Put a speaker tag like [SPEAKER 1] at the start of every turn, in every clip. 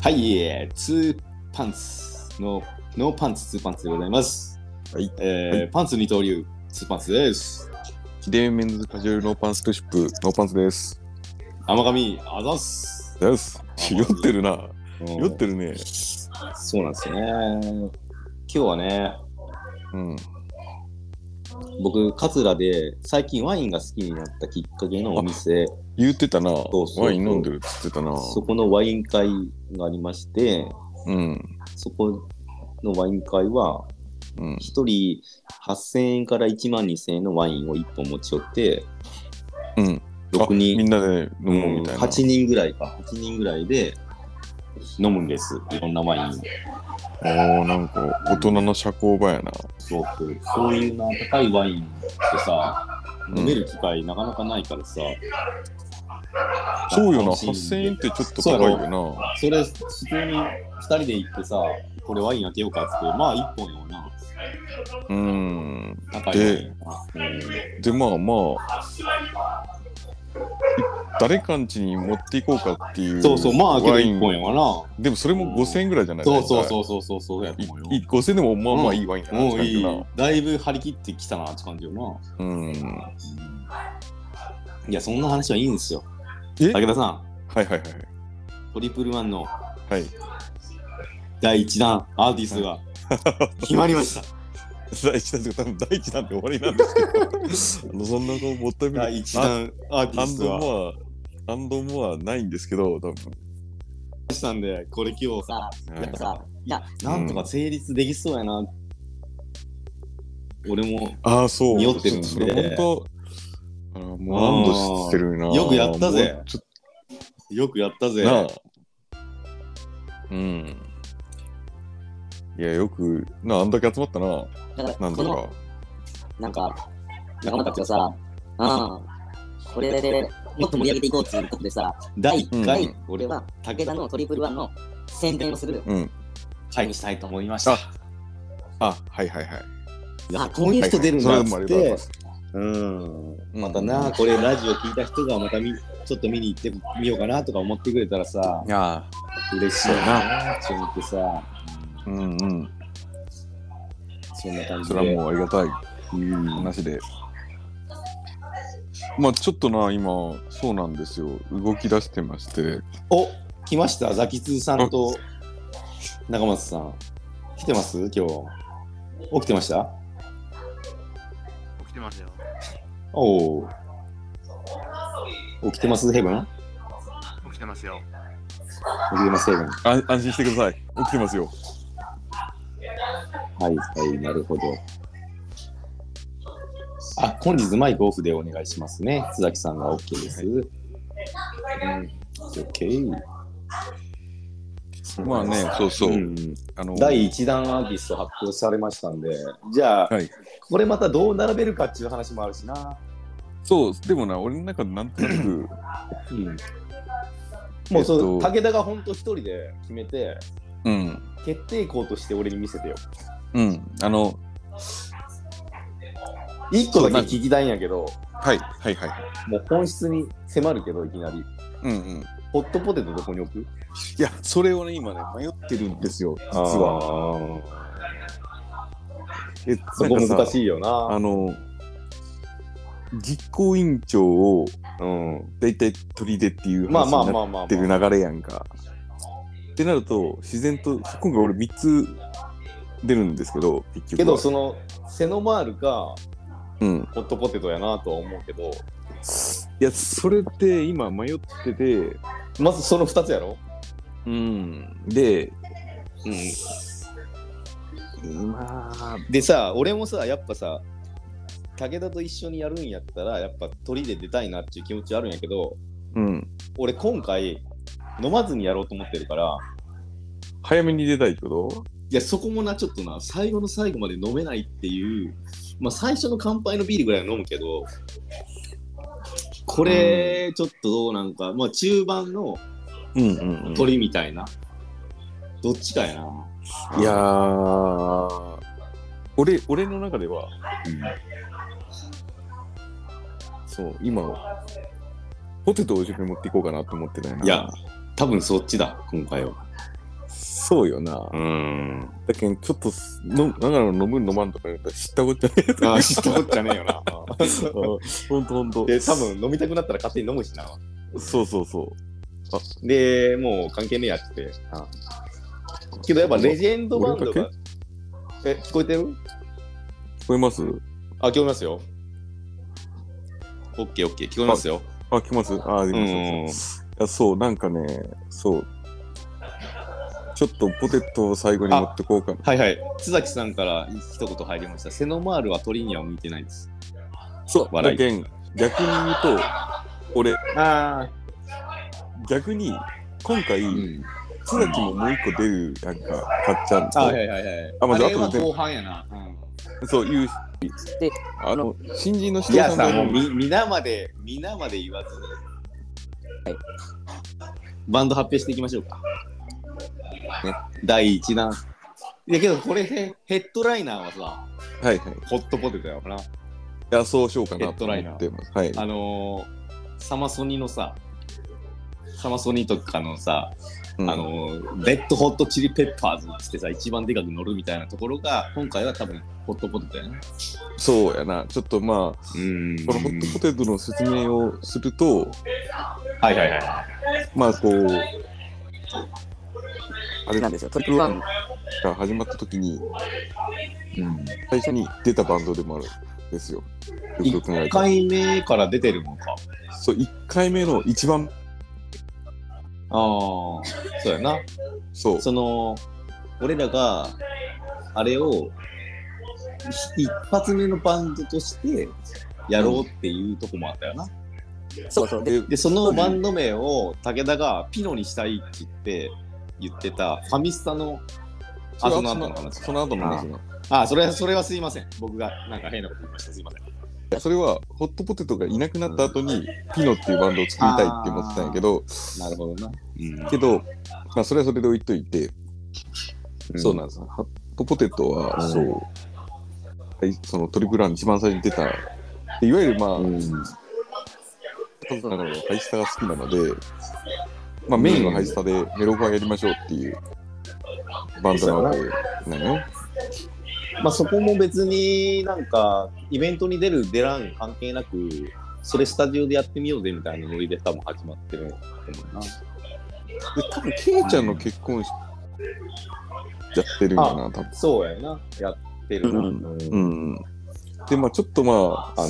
[SPEAKER 1] はい、ツーパンツのノーパンツツーパンツでございます。
[SPEAKER 2] はい。
[SPEAKER 1] パンツ二刀流ツーパンツです。
[SPEAKER 2] ヒデメンズカジュアルノーパンツトシップノーパンツです。
[SPEAKER 1] 甘神あざっす。
[SPEAKER 2] です。酔ってるな。酔ってるね。
[SPEAKER 1] そうなんですよね。今日はね、僕桂で最近ワインが好きになったきっかけのお店。
[SPEAKER 2] 言ってたな。
[SPEAKER 1] そう
[SPEAKER 2] ワイン飲んでるって言ってたな。
[SPEAKER 1] そこのワイン会がありまして、そこのワイン会は、1人8000円から1万2000円のワインを1本持ち寄って、6人
[SPEAKER 2] みんなで飲むみたいな。
[SPEAKER 1] 8人ぐらいで飲むんです。いろんなワインを。
[SPEAKER 2] なんか大人の社交場やな。
[SPEAKER 1] そういうな高いワインってさ、飲める機会なかなかないからさ。
[SPEAKER 2] そうよな、8000円ってちょっと高いよな。
[SPEAKER 1] それ普通に2人で行ってさ、これワイン開けようかってまあ1本よな。高いワイン
[SPEAKER 2] でまあ誰かん家に持っていこうかっていう。
[SPEAKER 1] まあけど1本やな。
[SPEAKER 2] でもそれも5000円ぐらいじゃない
[SPEAKER 1] そうやと思うよ。
[SPEAKER 2] 5000円でもまあいいワインやなって感じよな。
[SPEAKER 1] だいぶ張り切ってきたなって感じよな。いや、そんな話はいいんですよ。武田さん。トリプルワンの第1弾アーティストが決まりました。
[SPEAKER 2] 第1弾とか多分第1弾で終わりなんですけどそんなこともったいない
[SPEAKER 1] 第1弾アーティストは
[SPEAKER 2] アンドモアないんですけど多分
[SPEAKER 1] したんで、これ今日さ、やっぱさ、いや、なんとか成立できそうやな、俺も匂ってるんで、
[SPEAKER 2] 本当もう安堵してるな。
[SPEAKER 1] よくやったぜ。
[SPEAKER 2] いや、よくあんだけ集まったな。なんとか
[SPEAKER 3] なんか仲間たちがさ、これでもっと盛り上げていこうっていうことでさ、第1回、俺は武田のトリプルワンの宣伝をする
[SPEAKER 1] 会にしたいと思いました。こういう人出るんだっつって、またな、これラジオ聞いた人がまたちょっと見に行ってみようかなとか思ってくれたらさ、嬉しいなって思ってさ。そんな感じで。
[SPEAKER 2] それはもうありがたい話で。まあちょっとな、今そうなんですよ、動き出してまして。
[SPEAKER 1] 来ました。ザキツーさんと中松さん来てます？今日起きてました？
[SPEAKER 4] 起きてますよ。
[SPEAKER 1] 起きてますヘブン？
[SPEAKER 4] 起きてますよ。
[SPEAKER 1] 起きてますヘブン。
[SPEAKER 2] 安心してください。起きてますよ。
[SPEAKER 1] なるほど。本日マイクオフでお願いしますね。津崎さんが OK です。OK。
[SPEAKER 2] まあね、
[SPEAKER 1] 第1弾アーティスト発表されましたんで、じゃあ、これまたどう並べるかっていう話もあるしな。
[SPEAKER 2] そう、でもな、俺の中でなんとなく、
[SPEAKER 1] もう武田が本当一人で決めて、決定校として俺に見せてよ。1個だけ聞きたいんやけど、もう本質に迫るけど、いきなり。ホットポテトどこに置く？
[SPEAKER 2] いや、それをね、今ね、迷ってるんですよ、実は。
[SPEAKER 1] そこ難しいよな。
[SPEAKER 2] 実行委員長を、だいたい取り出っていう話になってる流れやんか。ってなると、自然と、今回俺3つ出るんですけど、結局。
[SPEAKER 1] けど、その、セノマールか、ホットポテトやなとは思うけど。
[SPEAKER 2] いや、それって今迷ってて、
[SPEAKER 1] まずその2つやろ？
[SPEAKER 2] で、
[SPEAKER 1] でさ、俺もさ、やっぱさ、武田と一緒にやるんやったら、やっぱ鳥で出たいなっていう気持ちあるんやけど、俺今回、飲まずにやろうと思ってるから。
[SPEAKER 2] 早めに出たいってこと？
[SPEAKER 1] いや、そこもな、ちょっとな、最後の最後まで飲めないっていう、最初の乾杯のビールぐらいは飲むけど、これ、ちょっとどうなんか、中盤の鳥みたいな、どっちかやな。
[SPEAKER 2] いやー、俺の中では、今、ポテトを自分に持っていこうかなと思ってたよな。
[SPEAKER 1] いや、多分そっちだ、今回は。
[SPEAKER 2] そうよな。だけどちょっと長野飲む飲まんとか言ったら知ったこっちゃねえ。
[SPEAKER 1] ああ、知ったこっちゃねえよな。
[SPEAKER 2] ほんと。
[SPEAKER 1] で、多分飲みたくなったら勝手に飲むしな。
[SPEAKER 2] そう。
[SPEAKER 1] で、もう関係ねえやって。けどやっぱレジェンドバンドが。聞こえてる？
[SPEAKER 2] 聞こえます？
[SPEAKER 1] あ、聞こえますよ。オッケー、聞こえますよ。
[SPEAKER 2] 聞こえます？いや、そう、なんかね、そう。ちょっとポテトを最後に持ってこうかな。
[SPEAKER 1] はい。津崎さんから一言入りました。セノマールは鳥には向いてないです。
[SPEAKER 2] そう、だけん、逆に言うと、俺、逆に、今回、津崎ももう一個出るやんか、かっちゃんと。
[SPEAKER 1] はい。
[SPEAKER 2] まずあとで
[SPEAKER 1] 後半やな。
[SPEAKER 2] そう、言うし。
[SPEAKER 3] で、
[SPEAKER 2] 新人の人
[SPEAKER 1] さんがもう皆まで言わずに。はい。バンド発表していきましょうか。ね、第1弾。いやけどこれヘッドライナーはさ、ホットポテトやからな。い
[SPEAKER 2] や、そうしようかなと思ってます。はい。
[SPEAKER 1] サマソニとかのさ、レッドホットチリペッパーズってさ、一番でかく乗るみたいなところが、今回は多分ホットポテトやな。
[SPEAKER 2] そうやな。ちょっとまあ、このホットポテトの説明をすると、まあこう、あれなんですよ、トリプルワンが始まった時に、最初に出たバンドでもあるんですよ。
[SPEAKER 1] 1回目から出てるのか。
[SPEAKER 2] そう、1回目の一番。
[SPEAKER 1] そうやな。
[SPEAKER 2] そう。
[SPEAKER 1] 俺らが、あれを、一発目のバンドとしてやろうっていうとこもあったよな。
[SPEAKER 3] そう。
[SPEAKER 1] で、そのバンド名を武田がピノにしたいって言ってたファミスタのその後の話。
[SPEAKER 2] その後の話の。
[SPEAKER 1] それはすいません。僕がなんか変なこと言いました。すいません。
[SPEAKER 2] それはホットポテトがいなくなった後にピノっていうバンドを作りたいって思ってたんやけど、
[SPEAKER 1] なるほどな。
[SPEAKER 2] けど、まあそれはそれで置いといて、そうなんですよ。ホットポテトは、そのトリプルワン一番最初に出た、いわゆるまあ、家族の中でハイスタが好きなので、まあメインはハイスタでメロファーやりましょうっていうバンドなわけなのよ。
[SPEAKER 1] まあそこも別になんかイベントに出る出らん関係なく、それスタジオでやってみようぜみたいなノリで多分始まってると思うな。で
[SPEAKER 2] 多分ケイちゃんの結婚式やってるんやな、多分。
[SPEAKER 1] そうやな、やってるな。
[SPEAKER 2] でまあちょっとまあ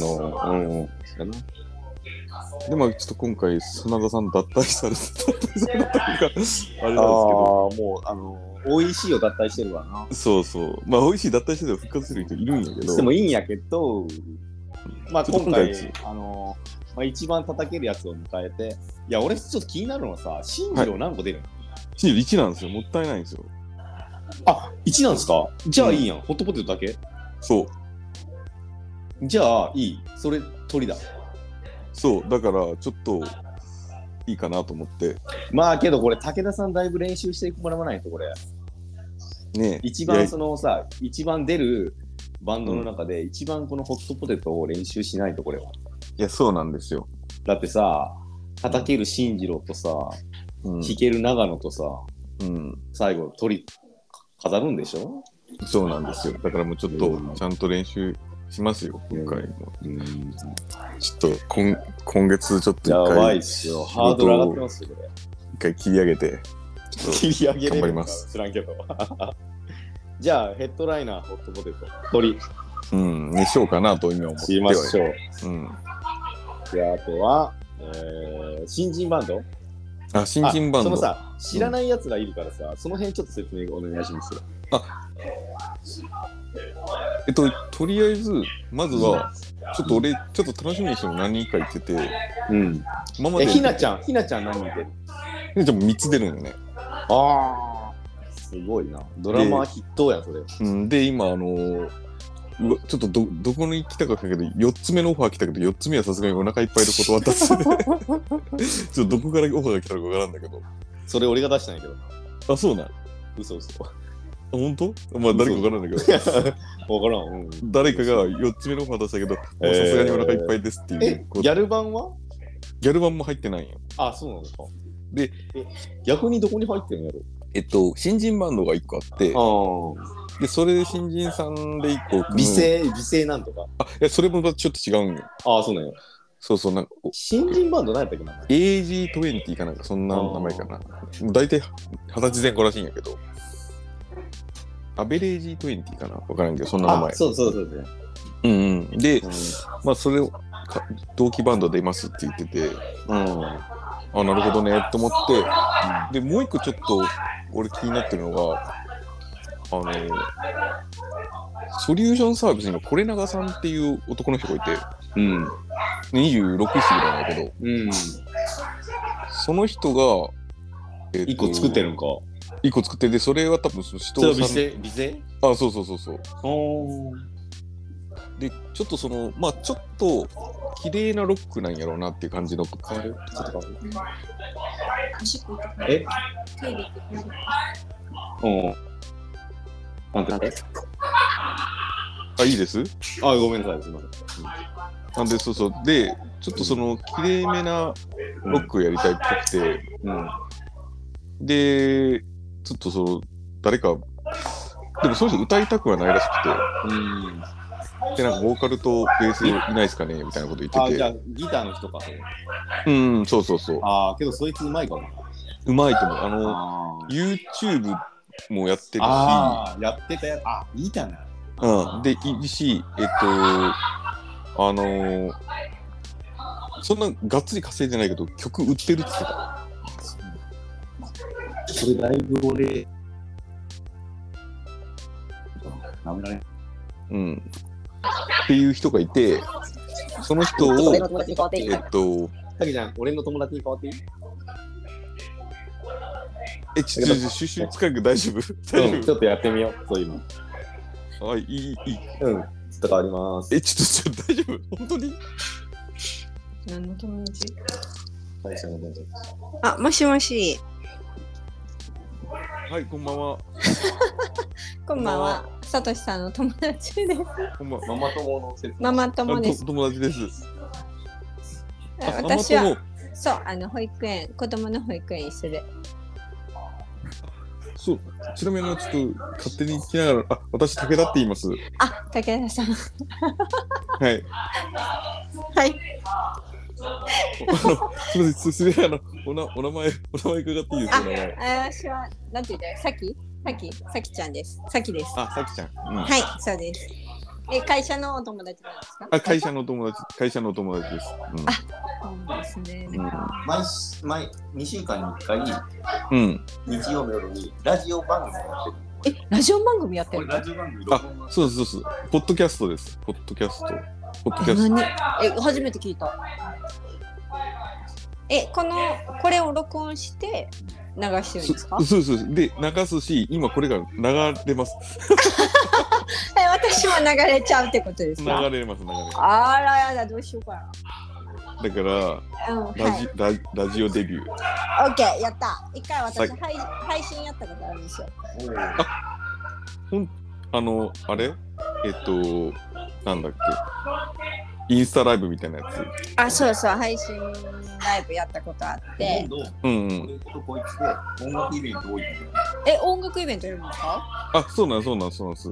[SPEAKER 2] でまあちょっと今回真田さん脱退されたあれなんですけど、
[SPEAKER 1] もう美味しいを脱退してるわな。
[SPEAKER 2] そう。まあ美味しい脱退してて復活する人いるんやけど。
[SPEAKER 1] でもいいんやけど、まあ今回まあ一番叩けるやつを迎えて、いや俺ちょっと気になるのはさ、新次郎何個出るの？
[SPEAKER 2] 新次郎1なんですよ。もったいないんですよ。
[SPEAKER 1] 1なんですか？じゃあいいやん。ホットポテトだけ？
[SPEAKER 2] そう。
[SPEAKER 1] じゃあいい。それ鳥だ。
[SPEAKER 2] そうだからちょっといいかなと思って。
[SPEAKER 1] まあけどこれ武田さんだいぶ練習してもらわないとこれ。
[SPEAKER 2] ね、
[SPEAKER 1] 一番一番出るバンドの中で一番このホットポテトを練習しないとこれは。
[SPEAKER 2] いやそうなんですよ。
[SPEAKER 1] だってさ、叩ける進次郎とさ、弾ける長野とさ、最後鳥飾るんでしょ？
[SPEAKER 2] そうなんですよ。だからもうちょっとちゃんと練習しますよ、今回も。ちょっと今月ちょっと
[SPEAKER 1] やばいっすよ。ハードル上がってますよ、これ。
[SPEAKER 2] 一回切り上げて。
[SPEAKER 1] 切り上げれる
[SPEAKER 2] ます。
[SPEAKER 1] 知らんけど。じゃあ、ヘッドライナー、ホットポテト、鳥。
[SPEAKER 2] にしようかなと今思って
[SPEAKER 1] しましょう。で、あとは、新人バンド？
[SPEAKER 2] 新人バンド。
[SPEAKER 1] そのさ、知らないやつがいるからさ、その辺ちょっと説明お願いしますよ。
[SPEAKER 2] とりあえず、まずは、ちょっと俺、ちょっと楽しみにしてるの何人か言ってて、
[SPEAKER 1] ひなちゃん何人出る？
[SPEAKER 2] ひなちゃんも3つ出るんよね。
[SPEAKER 1] すごいな。ドラマ筆頭や、それ。
[SPEAKER 2] で、今、ちょっとどこに来たかだけど、4つ目のオファー来たけど、4つ目はさすがにお腹いっぱいで断ったっすね。ちょっとどこからオファーが来たのかわからんだけど。
[SPEAKER 1] それ俺が出したんやけど。
[SPEAKER 2] そうなん？
[SPEAKER 1] 嘘。
[SPEAKER 2] 本当？まあ誰かわからんだけど。
[SPEAKER 1] わからん。
[SPEAKER 2] 誰かが4つ目のオファー出したけど、もうさすがにお腹いっぱいですっていう。
[SPEAKER 1] ギャル版は？
[SPEAKER 2] ギャル版も入ってないんよ。
[SPEAKER 1] そうなのか。
[SPEAKER 2] で、
[SPEAKER 1] 逆にどこに入ってるんやろ？
[SPEAKER 2] 新人バンドが1個あって、で、それで新人さんで1個
[SPEAKER 1] 美声なんとか。
[SPEAKER 2] いや、それもちょっと違うんよ。
[SPEAKER 1] そうなんよ。
[SPEAKER 2] そうそう、なんか、
[SPEAKER 1] 新人バンド何やったっけな。
[SPEAKER 2] AG20 かなんか、そんな名前かな。もう大体20歳前後らしいんやけど、アベレージ20かなわからんけど、そんな名前。
[SPEAKER 1] そう。
[SPEAKER 2] で、まあ、それを同期バンド出ますって言ってて、なるほどねって思って、で、もう一個ちょっと俺気になってるのが、ソリューションサービスのコレナガさんっていう男の人がいて、26歳なんだけど、その人が、
[SPEAKER 1] 1個作ってるんか。
[SPEAKER 2] 1個作ってで、それは多分その人
[SPEAKER 1] 美声
[SPEAKER 2] そう。で、ちょっとちょっと綺麗なロックなんやろうなっていう感じの。変わる？ちょっと変わる？
[SPEAKER 1] なんで？
[SPEAKER 2] いいです？
[SPEAKER 1] ごめんなさい、すみません。
[SPEAKER 2] なんで、そう。で、ちょっと綺麗めなロックをやりたいっぽくて、で、ちょっと誰か、でもその人歌いたくはないらしくて、で、なんかボーカルとベースいないですかねみたいなこと言ってて。
[SPEAKER 1] じゃあ、ギターの人か、それ。
[SPEAKER 2] そう。
[SPEAKER 1] けどそいつうまいかも。
[SPEAKER 2] うまいと思う。YouTube もやってるし。
[SPEAKER 1] やってたやつ。いいかな。
[SPEAKER 2] で、いいし、そんながっつり稼いでないけど、曲売ってるって言ってた。
[SPEAKER 1] それだいぶ俺、
[SPEAKER 2] っていう人がいて、その人を、
[SPEAKER 3] 俺の友達に変わっていい？
[SPEAKER 1] たけちゃん、俺の友達に変わっていい？
[SPEAKER 2] シュッシュ使い大丈夫？
[SPEAKER 1] ちょっとやってみよう、そういうの。
[SPEAKER 2] いい。
[SPEAKER 1] ちょっと変わります。
[SPEAKER 2] ちょっと大丈夫？本当に？
[SPEAKER 5] 何の友達？
[SPEAKER 1] 会社の友達。
[SPEAKER 5] もしもし。
[SPEAKER 2] はい、こんばんは。
[SPEAKER 5] こんばんは。さとしさんの友達です。
[SPEAKER 2] ママ
[SPEAKER 1] 友の説明。
[SPEAKER 5] ママ友です。
[SPEAKER 2] 友達です。
[SPEAKER 5] 私はそう保育園、子供の保育園一緒で。
[SPEAKER 2] そう、ちなみにちょっと勝手に聞きながら、私武田って言います。
[SPEAKER 5] 武田さん。
[SPEAKER 2] はい。
[SPEAKER 5] はい。
[SPEAKER 2] すみません、お名前伺っていいですか？
[SPEAKER 5] 私はなんて言ったらさきちゃんです。さきです。
[SPEAKER 2] さきちゃん。
[SPEAKER 5] はい、そうです。会社のお友達なんですか？
[SPEAKER 2] 会社のお友達です。
[SPEAKER 5] そうですね。
[SPEAKER 1] 毎2週間に1回、日曜の夜にラジオ番組やってる。
[SPEAKER 5] ラジオ番組やってるの？
[SPEAKER 1] ラジオ番組
[SPEAKER 2] そう。ポッドキャストです。ポッドキャスト。
[SPEAKER 5] 初めて聞いた。これを録音して流してるんですか？
[SPEAKER 2] そう。で、流すし、今これが流れます。
[SPEAKER 5] 私も流れちゃうってことですか？
[SPEAKER 2] 流れます。
[SPEAKER 5] あらやだ、どうしようかな。
[SPEAKER 2] だから、ラジオデビュー。
[SPEAKER 5] オッケー、やった。一回私、配信やったことあるんですよ。
[SPEAKER 2] あれなんだっけ、インスタライブみたいなやつ。
[SPEAKER 5] そう、配信ライブやったことあって。
[SPEAKER 1] 俺とこいつで音楽イベント多いんだよ。
[SPEAKER 5] 音楽イベントやるんですか？
[SPEAKER 2] そうなんです。
[SPEAKER 5] 大分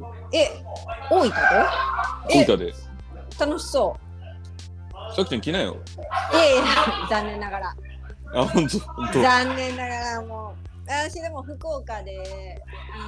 [SPEAKER 5] で？楽しそう。
[SPEAKER 2] さきちゃん来なよ。
[SPEAKER 5] 残念ながら。
[SPEAKER 2] 本当。
[SPEAKER 5] 残念ながらもう。私でも福岡で、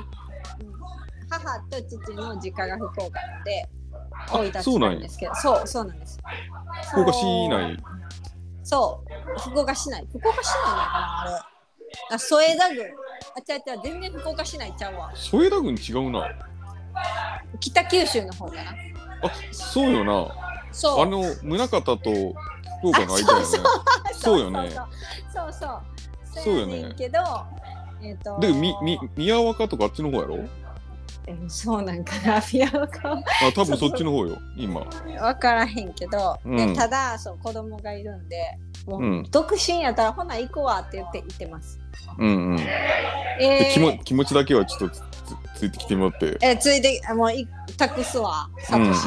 [SPEAKER 5] 母と父の実家が福岡なので、大分市なんですけど、そうなんです。
[SPEAKER 2] 福岡市内。
[SPEAKER 5] そう、福岡市内なのかな、あれ。添田郡。違う、全然福岡市内ちゃうわ。
[SPEAKER 2] 添田郡違うな。
[SPEAKER 5] 北九州の方かな。
[SPEAKER 2] そうよな。
[SPEAKER 5] そう。
[SPEAKER 2] 宗像と福岡の間よね。そうよね。
[SPEAKER 5] そうよね。けど、
[SPEAKER 2] で、宮若とかあっちの方やろ？
[SPEAKER 5] そうなんかな、宮若は。
[SPEAKER 2] 多分そっちの方よ、今。
[SPEAKER 5] わからへんけど、ただ、子供がいるんで、もう独身やったら、ほな行くわって言ってます。
[SPEAKER 2] 気持ちだけはちょっとついてきてもらって。
[SPEAKER 5] ついて、もう託すわ、サトシ。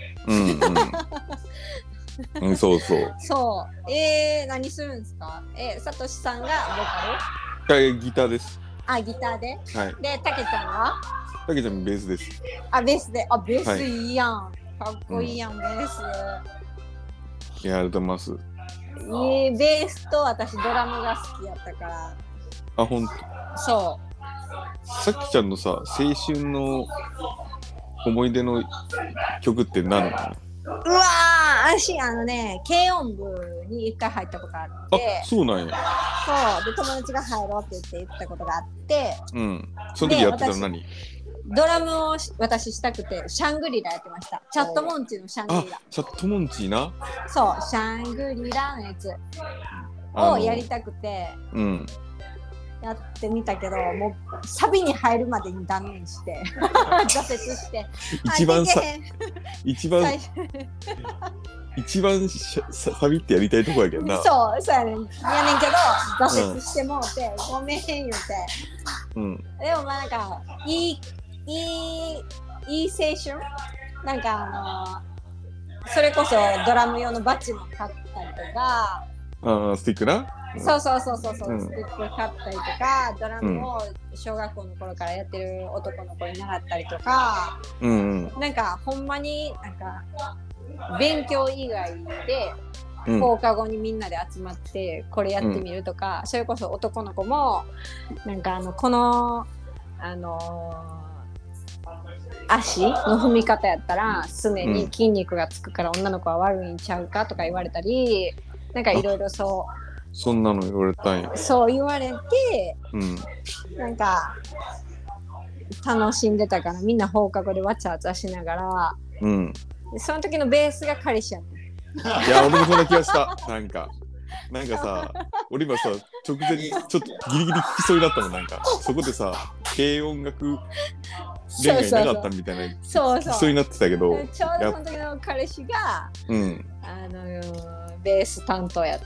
[SPEAKER 2] そう。
[SPEAKER 5] 何するんですか？サトシさんがボーカル？
[SPEAKER 2] ギターです。
[SPEAKER 5] あ、ギターで。
[SPEAKER 2] はい。
[SPEAKER 5] で、たけちゃんは
[SPEAKER 2] たけちゃんベースです。
[SPEAKER 5] あ、ベースで。あ、ベース
[SPEAKER 2] はい
[SPEAKER 5] いいやん。かっこいいやん、ベース。
[SPEAKER 2] いや、ありがとうございます。
[SPEAKER 5] いい、ベースと私ドラムが好きやったから。
[SPEAKER 2] あ、ほんと。
[SPEAKER 5] そ
[SPEAKER 2] さっきちゃんのさ、青春の思い出の曲って何なの？
[SPEAKER 5] う。うわー、私軽音部に一回入ったことあっ
[SPEAKER 2] あ、
[SPEAKER 5] て、
[SPEAKER 2] そうなんや。
[SPEAKER 5] そうで友達が入ろうって言ったことがあって、
[SPEAKER 2] うん。その時やってたの何？
[SPEAKER 5] ドラムを私したくてシャングリラやってました。チャットモンチーのシャング
[SPEAKER 2] あ
[SPEAKER 5] リラ。、
[SPEAKER 2] チャットモンチーな。
[SPEAKER 5] そう、シャングリラのやつをやりたくて
[SPEAKER 2] うん。
[SPEAKER 5] やってみたけど、もうサビに入るまでに断念して挫折して
[SPEAKER 2] 一番さ
[SPEAKER 5] あできへん
[SPEAKER 2] 一番
[SPEAKER 5] 最初
[SPEAKER 2] 一番サビってやりたいとこやけどな。
[SPEAKER 5] そうやねんけど挫折してもうて、ごめん言うて、
[SPEAKER 2] うん。
[SPEAKER 5] でもまあなんかいい青春なんかそれこそドラム用のバッジも買ったりとか、
[SPEAKER 2] スティックな。
[SPEAKER 5] そう、スティッ
[SPEAKER 2] うん
[SPEAKER 5] ク買ったりとか、ドラムを小学校の頃からやってる男の子に習ったりとか、
[SPEAKER 2] うんうん。
[SPEAKER 5] なんかほんまになんか勉強以外で
[SPEAKER 2] うん
[SPEAKER 5] 放課後にみんなで集まってこれやってみるとか、それこそ男の子もなんかこの足の踏み方やったらすねに筋肉がつくから女の子は悪いんちゃうかとか言われたり、なんかいろいろ
[SPEAKER 2] そんなの言われたんや。
[SPEAKER 5] そう言われて、
[SPEAKER 2] うん。
[SPEAKER 5] なんか楽しんでたからみんな放課後でわちゃわちゃしながら、
[SPEAKER 2] うん。
[SPEAKER 5] その時のベースが彼氏やった。
[SPEAKER 2] いや、俺もそんな気がした。なんかさ、俺今さ、直前にちょっとギリギリ聞きそうになったもん。なんか、そこでさ、軽音楽恋愛なかったみたいな、
[SPEAKER 5] そう
[SPEAKER 2] 聞きそうになってたけど、
[SPEAKER 5] ちょうどその時の彼氏が
[SPEAKER 2] うん。
[SPEAKER 5] ベース担当やって、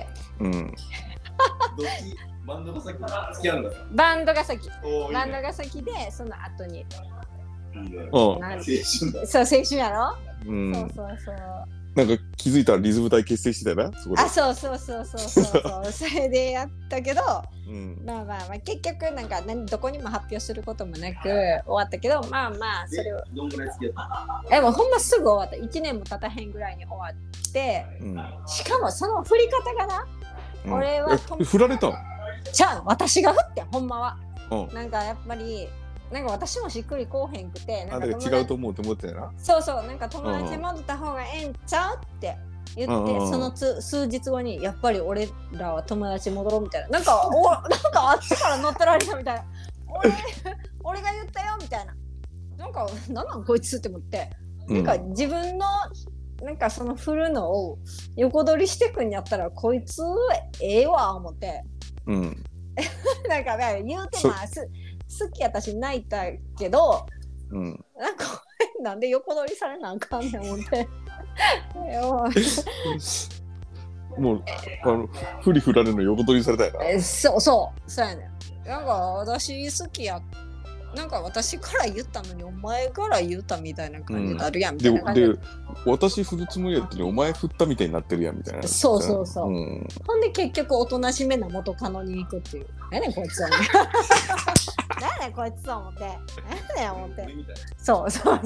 [SPEAKER 2] うん。
[SPEAKER 1] どっちバンドが先付き合うんだ。
[SPEAKER 5] バンドが先
[SPEAKER 1] おー
[SPEAKER 5] バンドが先でその後に
[SPEAKER 1] いいね。
[SPEAKER 2] うん。
[SPEAKER 5] なん
[SPEAKER 1] 青春だ。
[SPEAKER 5] そう青春やろ、
[SPEAKER 2] うん。
[SPEAKER 5] そう
[SPEAKER 2] なんか気づいたらリズム隊結成してたよな、そこで。
[SPEAKER 5] あそうそれでやったけど、
[SPEAKER 2] うん。
[SPEAKER 5] まあ結局なんかどこにも発表することもなく終わったけど、まあそれを
[SPEAKER 1] どんぐらい付き合った
[SPEAKER 5] でもほんますぐ終わった。1年も経たへんぐらいに終わって、
[SPEAKER 2] うん。
[SPEAKER 5] しかもその振り方がな、
[SPEAKER 2] うん
[SPEAKER 5] 俺は
[SPEAKER 2] 振られたん？
[SPEAKER 5] ちゃう、私が振ってんほんまは。
[SPEAKER 2] うん。
[SPEAKER 5] なんかやっぱりなんか私もしっくりこうへんくて、なんか
[SPEAKER 2] だから違うと思うって思ってたよな。
[SPEAKER 5] そうなんか友達戻った方がええんちゃうって言って、その数日後にやっぱり俺らは友達戻ろうみたいな、なんかあっちから乗っ取られたみたいな、俺が言ったよみたいな、なんかなんこいつって思って、なんか自分のなんかその振るのを横取りしてくんやったらこいつええわ思って、
[SPEAKER 2] うん。
[SPEAKER 5] なんか言うて好きやったし泣いたけど、
[SPEAKER 2] うん。
[SPEAKER 5] なんかなんで横取りされなあかんねん思って
[SPEAKER 2] もう振り振られるの横取りされたよな。
[SPEAKER 5] そうやねん。なんか私好きや、なんか私から言ったのにお前から言ったみたいな感じになるやんみたいな感じ
[SPEAKER 2] で私振るつもりやったのにお前振ったみたいになってるやんみたいな。
[SPEAKER 5] そう、
[SPEAKER 2] うん、
[SPEAKER 5] ほんで結局おとなしめな元カノに行くっていう。何やねんこいつはね何やねんこいつは思って何やねん思って、そう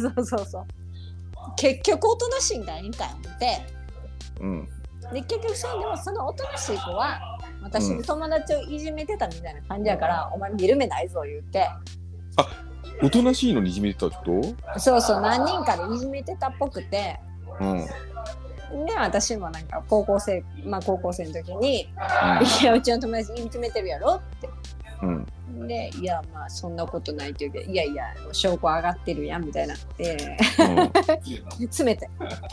[SPEAKER 5] 結局おとなしいんかいんかい思って、
[SPEAKER 2] うん、
[SPEAKER 5] で結局でもそのおとなしい子は私の友達をいじめてたみたいな感じやから、お前見る目ないぞ言って、
[SPEAKER 2] あ、おとなしいのにいじめてた人？
[SPEAKER 5] そう何人かでいじめてたっぽくて、で私もなんか高校生の時に、いやうちの友達いじめてるやろって、でいやまあそんなことないって言うけど、いや証拠上がってるやんみたいなって詰めて、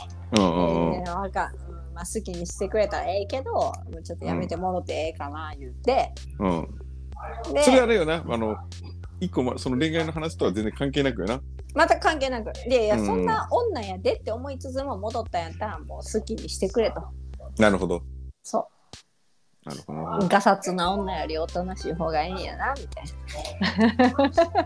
[SPEAKER 5] まあ、好きにしてくれたらええけどもうちょっとやめてもろてええかな言って、で
[SPEAKER 2] それあれよな、一個その恋愛の話とは全然関係なくよな。
[SPEAKER 5] また関係なく、でいやそんな女やでって思いつつも戻ったんやったらもう好きにしてくれと。
[SPEAKER 2] なるほど。
[SPEAKER 5] そう
[SPEAKER 2] なるほど。
[SPEAKER 5] ガサツな女よりおとなしい方がいいんやなみたいな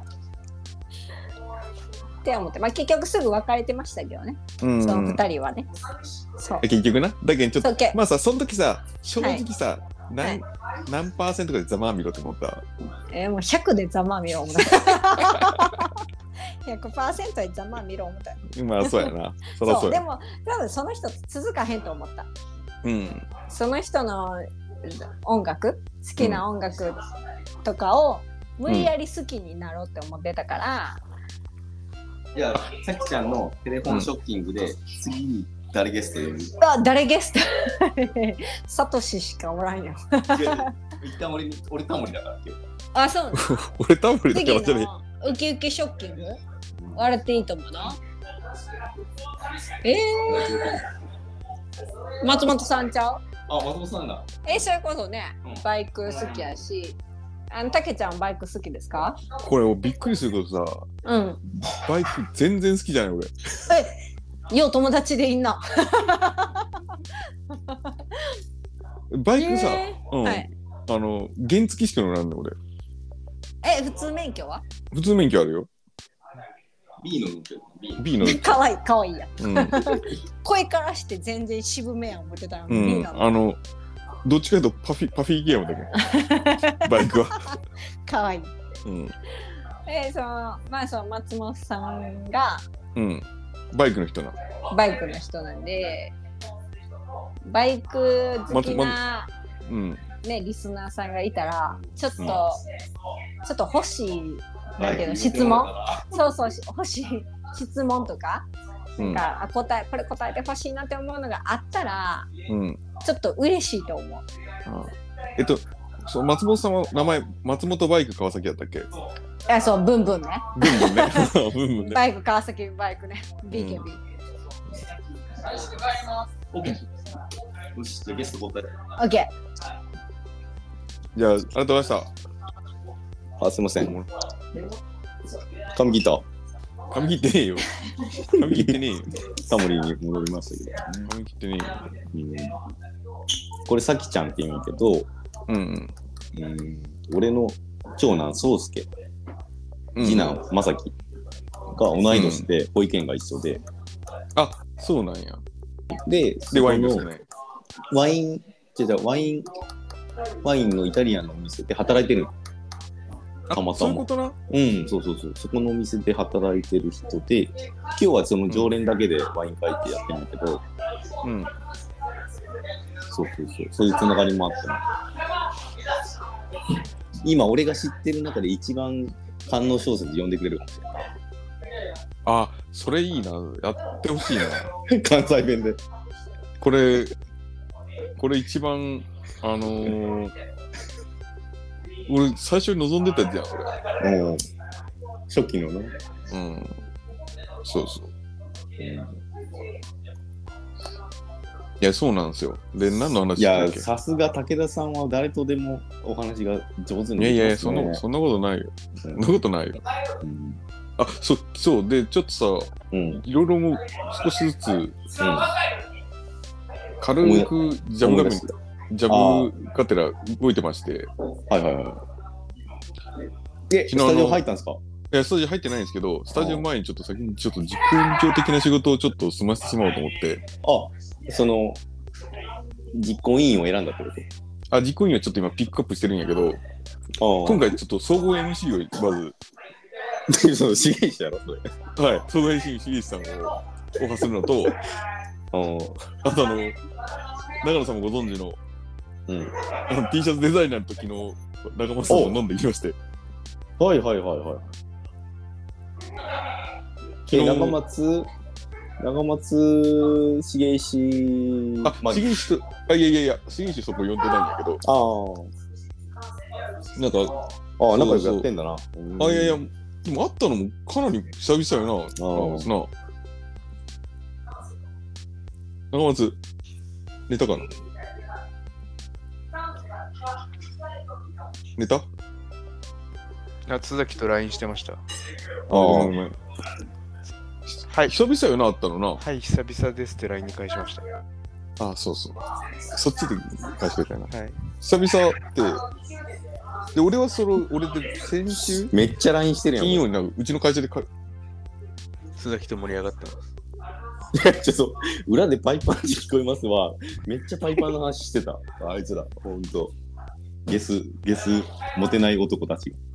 [SPEAKER 5] って思って、まあ結局すぐ別れてましたけどね、その2人はね。そう
[SPEAKER 2] 結局な。だけどちょっと
[SPEAKER 5] そう
[SPEAKER 2] まあさ、その時さ、正直さ、 何%かでざまあみろって思った。
[SPEAKER 5] もう100でざまあみろ思った。100% でざまあみろ思った。
[SPEAKER 2] まあそうやな。そらそうや。
[SPEAKER 5] でも多分その人続かへんと思った。
[SPEAKER 2] うん。
[SPEAKER 5] その人の音楽、好きな音楽とかを無理やり好きになろうって思ってたから。
[SPEAKER 1] いや、さきちゃんのテレフォンショッキングで、次に誰ゲスト呼ぶ？
[SPEAKER 5] 誰ゲスト？サトシしかおらんよ。
[SPEAKER 1] 一旦俺タモリだから今日。
[SPEAKER 5] あ、そう。
[SPEAKER 2] 俺タモリだからじゃね
[SPEAKER 5] ウキウキショッキング？笑っていいと思うな。松本さんちゃう？
[SPEAKER 1] あ、松本さんだ。
[SPEAKER 5] それこそね、バイク好きやし。たけちゃんバイク好きですか？
[SPEAKER 2] これびっくりするけどさ、バイク全然好きじゃない俺。
[SPEAKER 5] よう友達でいんな。
[SPEAKER 2] バイクさ、原付しか乗らんの俺。
[SPEAKER 5] 普通免許は？
[SPEAKER 2] 普通免許あるよ。
[SPEAKER 1] B の
[SPEAKER 2] B の。
[SPEAKER 5] かわいいや。声からして全然渋めやん思ってたよ。
[SPEAKER 2] どっちかというとパフィーゲームだけどバイクは
[SPEAKER 5] かわいい。その松本さんが、
[SPEAKER 2] バイクの人
[SPEAKER 5] なんで、バイク好きな、リスナーさんがいたらちょっと欲しいだけど質問、欲しい質問とか。なんかこれ答えてほしいなって思うのがあったら、ちょっと嬉しいと思う。
[SPEAKER 2] 松本さんは名前松本バイク川崎だったっけ？
[SPEAKER 5] そう、ブンブンね。
[SPEAKER 2] ブンブンね。
[SPEAKER 5] バイク川崎バイクね。BKB。
[SPEAKER 1] よし、じゃあゲスト答え。
[SPEAKER 5] OK。
[SPEAKER 2] じゃあ、ありがとうございました。
[SPEAKER 1] すいません。髪切った？
[SPEAKER 2] 髪切ってねえよ。髪切ってねえよ。
[SPEAKER 1] タモリに戻りましたけど、
[SPEAKER 2] 髪切ってねえよ。
[SPEAKER 1] これさきちゃんって言うんやけど、俺の長男そうすけ、次男まさきが同い年で保育園が一緒で、
[SPEAKER 2] あ、そうなんや。
[SPEAKER 1] で
[SPEAKER 2] ワインですね。
[SPEAKER 1] ワインのイタリアンのお店で働いてるの。たまたま。
[SPEAKER 2] そういうことな。
[SPEAKER 1] そう。そこのお店で働いてる人で、今日はその常連だけでワイン会ってやってるんだけど、そういうつながりもあってな。今俺が知ってる中で一番官能小説読んでくれるかもしれない。
[SPEAKER 2] あ、それいいな。やってほしいな。
[SPEAKER 1] 関西弁で。
[SPEAKER 2] これ一番俺最初に望んでたじゃん、これ。
[SPEAKER 1] 初期のね。
[SPEAKER 2] そう。いや、そうなんですよ。で、何の話だっけ？
[SPEAKER 1] いや、さすが武田さんは誰とでもお話が上手にできますね。
[SPEAKER 2] いや、そんなことないよ。そんなことないよ。あ、そう。で、ちょっとさ、いろいろもう少しずつ、軽くジャブがてら動いてまして。
[SPEAKER 1] スタジオ入ったんですか？
[SPEAKER 2] いや、スタジオ入ってないんですけど、スタジオ前にちょっと先にちょっと実行委員長的な仕事をちょっと済ませてしまおうと思って。
[SPEAKER 1] その実行委員を選んだってこと？
[SPEAKER 2] 実行委員はちょっと今ピックアップしてるんやけど、今回ちょっと総合 MC をまず
[SPEAKER 1] その重石やろそれ。
[SPEAKER 2] はい、総合 MC 重石さんをオファーするのと、あと長野さんもご存知の、T シャツデザイナーの時の中松さんを飲んできまして。
[SPEAKER 1] はい。長松重石。
[SPEAKER 2] 重石と、いや、重石そこ呼んでないんだけど。なんか、
[SPEAKER 1] 仲良くやってんだな。
[SPEAKER 2] いや、でも会ったのもかなり久々やな。長松、寝たかな？寝た？
[SPEAKER 4] 津崎と LINE してました。
[SPEAKER 2] ごめん。
[SPEAKER 4] はい。
[SPEAKER 2] 久々よな、会ったのな。
[SPEAKER 4] はい、久々ですって LINE に返しました。
[SPEAKER 2] そう。そっちで返してくれたな。
[SPEAKER 4] はい。
[SPEAKER 2] 久々って、で、俺で先週
[SPEAKER 1] めっちゃ LINE してるやん。
[SPEAKER 2] 金曜にうちの会社で
[SPEAKER 4] 津崎と盛り上がってます。
[SPEAKER 1] ちょっと裏でパイパン聞こえますわ。めっちゃパイパンの話してた。あいつら、ほんと。ゲス、モテない男たちが。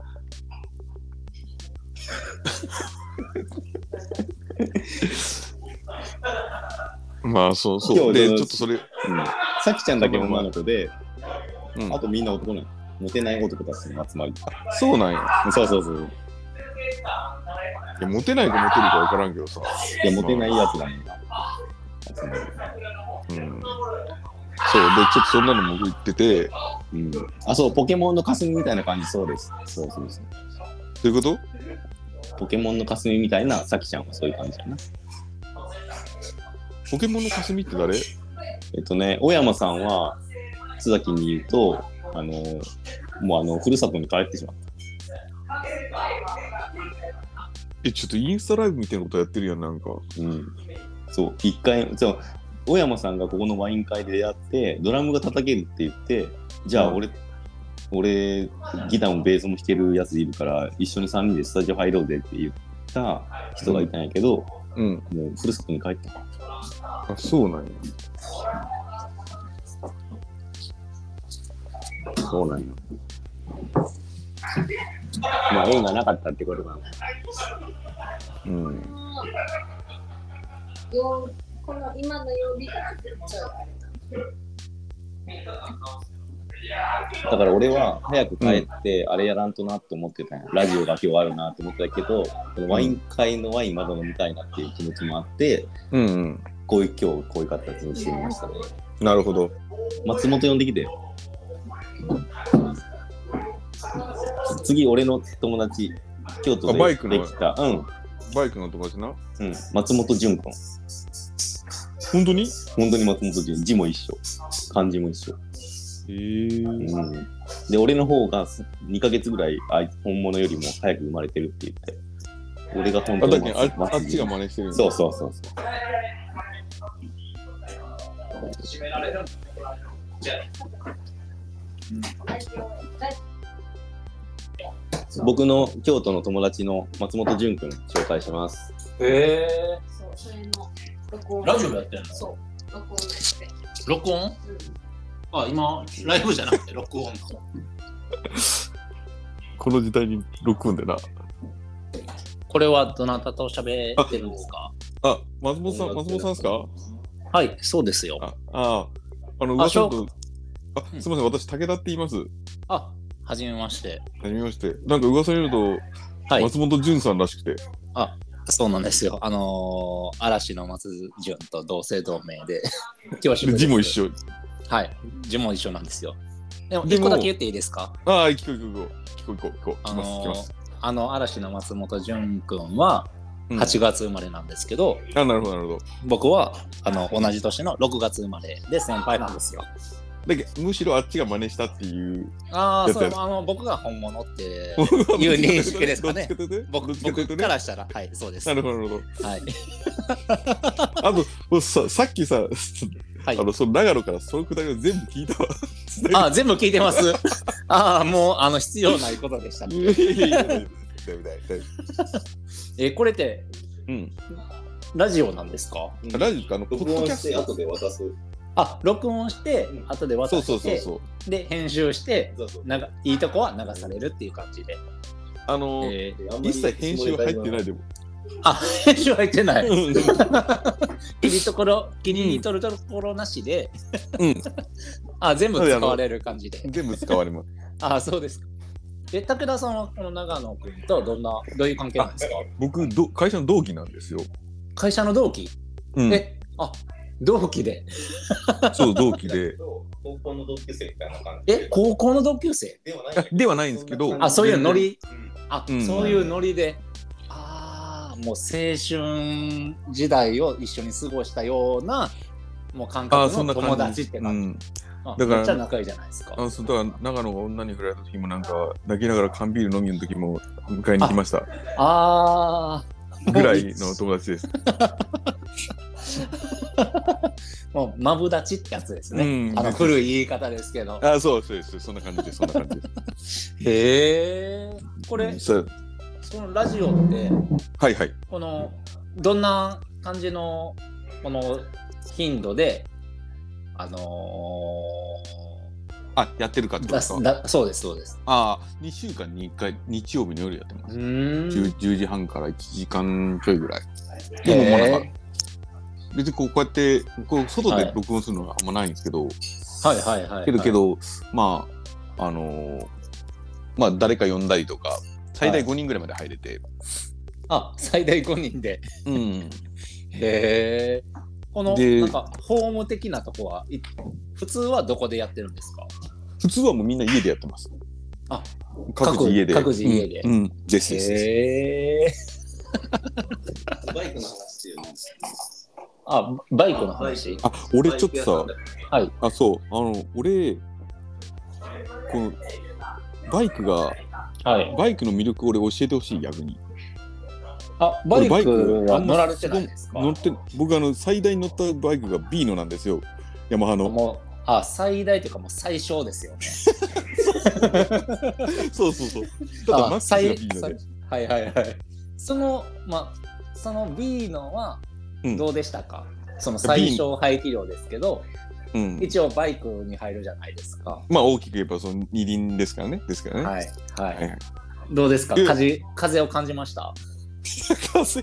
[SPEAKER 2] まあそうそう。で、ちょっとそれ、
[SPEAKER 1] さきちゃんだけ女の子で、
[SPEAKER 2] うん
[SPEAKER 1] あとみんな男なの。モテない男たちの集まり。
[SPEAKER 2] そうなんや。
[SPEAKER 1] そうそうそう。
[SPEAKER 2] いやモテないかモテるか分からんけどさ。
[SPEAKER 1] いや、モテないやつだね。集まり。
[SPEAKER 2] うん。そう、で、ちょっとそんなのも言ってて、
[SPEAKER 1] うん。あ、そう、ポケモンの霞みたいな感じ、そうです。そうそうそう。
[SPEAKER 2] どういうこと？
[SPEAKER 1] ポケモンの霞みたいなさきちゃんはそういう感じかな。
[SPEAKER 2] ポケモンの霞って誰？
[SPEAKER 1] 小山さんは、津崎に言うと、もうふるさとに帰ってしまった。
[SPEAKER 2] ちょっとインスタライブみたいなことやってるやん、なんか。
[SPEAKER 1] うん。そう、一回、小山さんがここのワイン会で出会って、ドラムが叩けるって言って、じゃあ俺、ギターもベースも弾けるやついるから、一緒に3人でスタジオ入ろうぜって言った人がいたんやけど、
[SPEAKER 2] うん。
[SPEAKER 1] もうふるさとに帰った。
[SPEAKER 2] あ、そうなんや。
[SPEAKER 1] そうなんよ。まあ、縁がなかったってことかな。
[SPEAKER 2] うん。
[SPEAKER 5] この今の曜日がちょっとあれ
[SPEAKER 1] だから俺は早く帰ってあれやらんとなって思ってたんや。ラジオが今日あるなって思ってたけど、このワイン会のワインまだ飲みたいなっていう気持ちもあって、
[SPEAKER 2] うんうん。
[SPEAKER 1] 今日こういう形にしてみましたね。
[SPEAKER 2] なるほど。
[SPEAKER 1] 松本呼んできてよ。次俺の友達、京都で
[SPEAKER 2] バイクの
[SPEAKER 1] できた。うん。
[SPEAKER 2] バイクの友達な。
[SPEAKER 1] うん。松本潤君。
[SPEAKER 2] 本当に
[SPEAKER 1] 松本潤。字も一緒。漢字も一緒。
[SPEAKER 2] へえ。
[SPEAKER 1] うん。で、俺の方が2ヶ月ぐらい本物よりも早く生まれてるって言って。俺が本当に
[SPEAKER 2] あっちが真似してるんだ。
[SPEAKER 1] そうそうそうそう。僕の京都の友達の松本潤君紹介します。
[SPEAKER 5] そう、それの録音。
[SPEAKER 6] ラジオやってんの？
[SPEAKER 5] そう、録音して。
[SPEAKER 6] 録音？あ、今、ライブじゃなくて録音の。
[SPEAKER 2] この時代に録音でな。
[SPEAKER 6] これはどなたと喋ってるんですか？
[SPEAKER 2] あ、松本さんですか？
[SPEAKER 6] はい、そうですよ。
[SPEAKER 2] 噂と、すみません、私、武田って言います。
[SPEAKER 6] あ、はじめまして。
[SPEAKER 2] はじめまして。なんか噂によると、
[SPEAKER 6] はい、
[SPEAKER 2] 松本潤さんらしくて。
[SPEAKER 6] あ、そうなんですよ。嵐の松潤と同姓同名で。
[SPEAKER 2] 字も一緒。
[SPEAKER 6] はい、字も一緒なんですよ。でも、一個だけ言っていいですか？
[SPEAKER 2] ああ、聞こう。来ます。
[SPEAKER 6] 嵐の松本潤君は、8月生まれなんですけど、
[SPEAKER 2] なるほど。
[SPEAKER 6] 僕は同じ年の6月生まれで先輩なんですよ。
[SPEAKER 2] だけどむしろあっちが真似したっていう。
[SPEAKER 6] そう僕が本物っていう認識ですかね。僕からしたら、はい、そうです。
[SPEAKER 2] なるほど。
[SPEAKER 6] はい。
[SPEAKER 2] あとさっきさ、
[SPEAKER 6] はい、
[SPEAKER 2] その長野からそのくだりを全部聞いた
[SPEAKER 6] わ。全部聞いてます。もう必要ないことでしたね。これって、ラジオなんですか？
[SPEAKER 2] ラジオか、
[SPEAKER 1] 録音して後で渡す。
[SPEAKER 6] 録音して後で渡して、で編集していいとこは流されるっていう感じで。
[SPEAKER 2] 一切編集入ってないでも。
[SPEAKER 6] 編集入ってない。切りに取るところなしで。全部使われる感じで。
[SPEAKER 2] 全部使われます。
[SPEAKER 6] そうですか。武田さんはこの長野君とどういう関係なんですか？
[SPEAKER 2] 僕会社の同期なんですよ。
[SPEAKER 6] 会社の同期？同期で。
[SPEAKER 2] そう、同期で。
[SPEAKER 1] 高校の同級生みたいな感じ。
[SPEAKER 6] 高校の同級生？
[SPEAKER 2] ではないんですけど。
[SPEAKER 6] そういうノリ。そういうノリで。もう青春時代を一緒に過ごしたようなもう感覚の友達って感じ。だからめっちゃ仲いいじゃないですか。
[SPEAKER 2] だから長野が女に振られた時もなんか泣きながら缶ビール飲みの時も迎えに来ました。ぐらいの友達です。
[SPEAKER 6] もうマブダチってやつですね。古い言い方ですけど。
[SPEAKER 2] そうです。そんな感じです。
[SPEAKER 6] へえ。これそのラジオって、
[SPEAKER 2] はい。
[SPEAKER 6] このどんな感じのこの頻度で
[SPEAKER 2] やってるかってことですか。
[SPEAKER 6] そうですそうです。
[SPEAKER 2] 2週間に1回日曜日の夜やってます。10時半から1時間ちょいぐらい。でももうなんか別にこうやって外で録音するのはあんまないんですけど、けどまあ誰か呼んだりとか最大5人ぐらいまで入れて、
[SPEAKER 6] 最大5人でへえ。このなんかホーム的なとこは普通はどこでやってるんですか？
[SPEAKER 2] 普通はもうみんな家でやってます。
[SPEAKER 6] 各自家で。
[SPEAKER 2] です。
[SPEAKER 1] バイクの話っていうの。
[SPEAKER 6] バイクの話。
[SPEAKER 2] 俺ちょっとさ、そう俺このバイクの魅力俺教えてほしい逆に。
[SPEAKER 6] バイクは乗られてないですか？
[SPEAKER 2] 僕最大に乗ったバイクがビーノなんですよ。ヤマハの。
[SPEAKER 6] 最大というかもう最小ですよね。
[SPEAKER 2] そう。ただマックスがビーノで。
[SPEAKER 6] そのビーノはどうでしたか？その最小排気量ですけど、一応バイクに入るじゃないですか。
[SPEAKER 2] 大きく言えばその二輪ですからね。
[SPEAKER 6] どうですか？風を感じました？
[SPEAKER 2] 風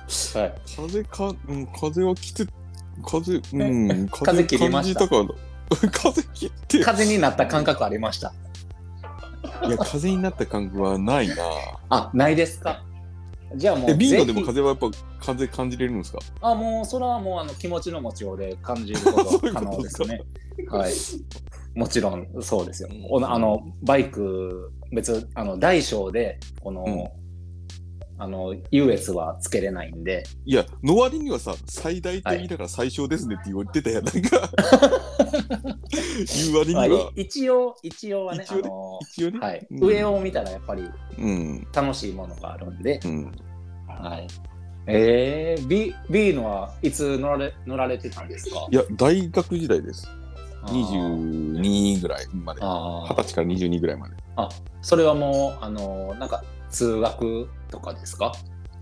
[SPEAKER 2] はきて風
[SPEAKER 6] 切りました。
[SPEAKER 2] 風切って
[SPEAKER 6] 風になった感覚ありました？
[SPEAKER 2] いや風になった感覚はないな。
[SPEAKER 6] ないですか？じゃあもう
[SPEAKER 2] ビーノでも風はやっぱ風感じれるんですか？
[SPEAKER 6] もうそれはもう気持ちの持ちようで感じること可能ですね。もちろんそうですよ。バイク別大小でこの、優越はつけれないんで。
[SPEAKER 2] いやの割にはさ最大的だから最小ですねって言ってたやんなんか言う割には、
[SPEAKER 6] 一応はね上を見たらやっぱり楽しいものがあるんで、ビーノはいつ乗られてたんですか？
[SPEAKER 2] いや大学時代です。22ぐらいまで、20歳から22ぐらいまで。
[SPEAKER 6] それはもうなんか通学とかですか？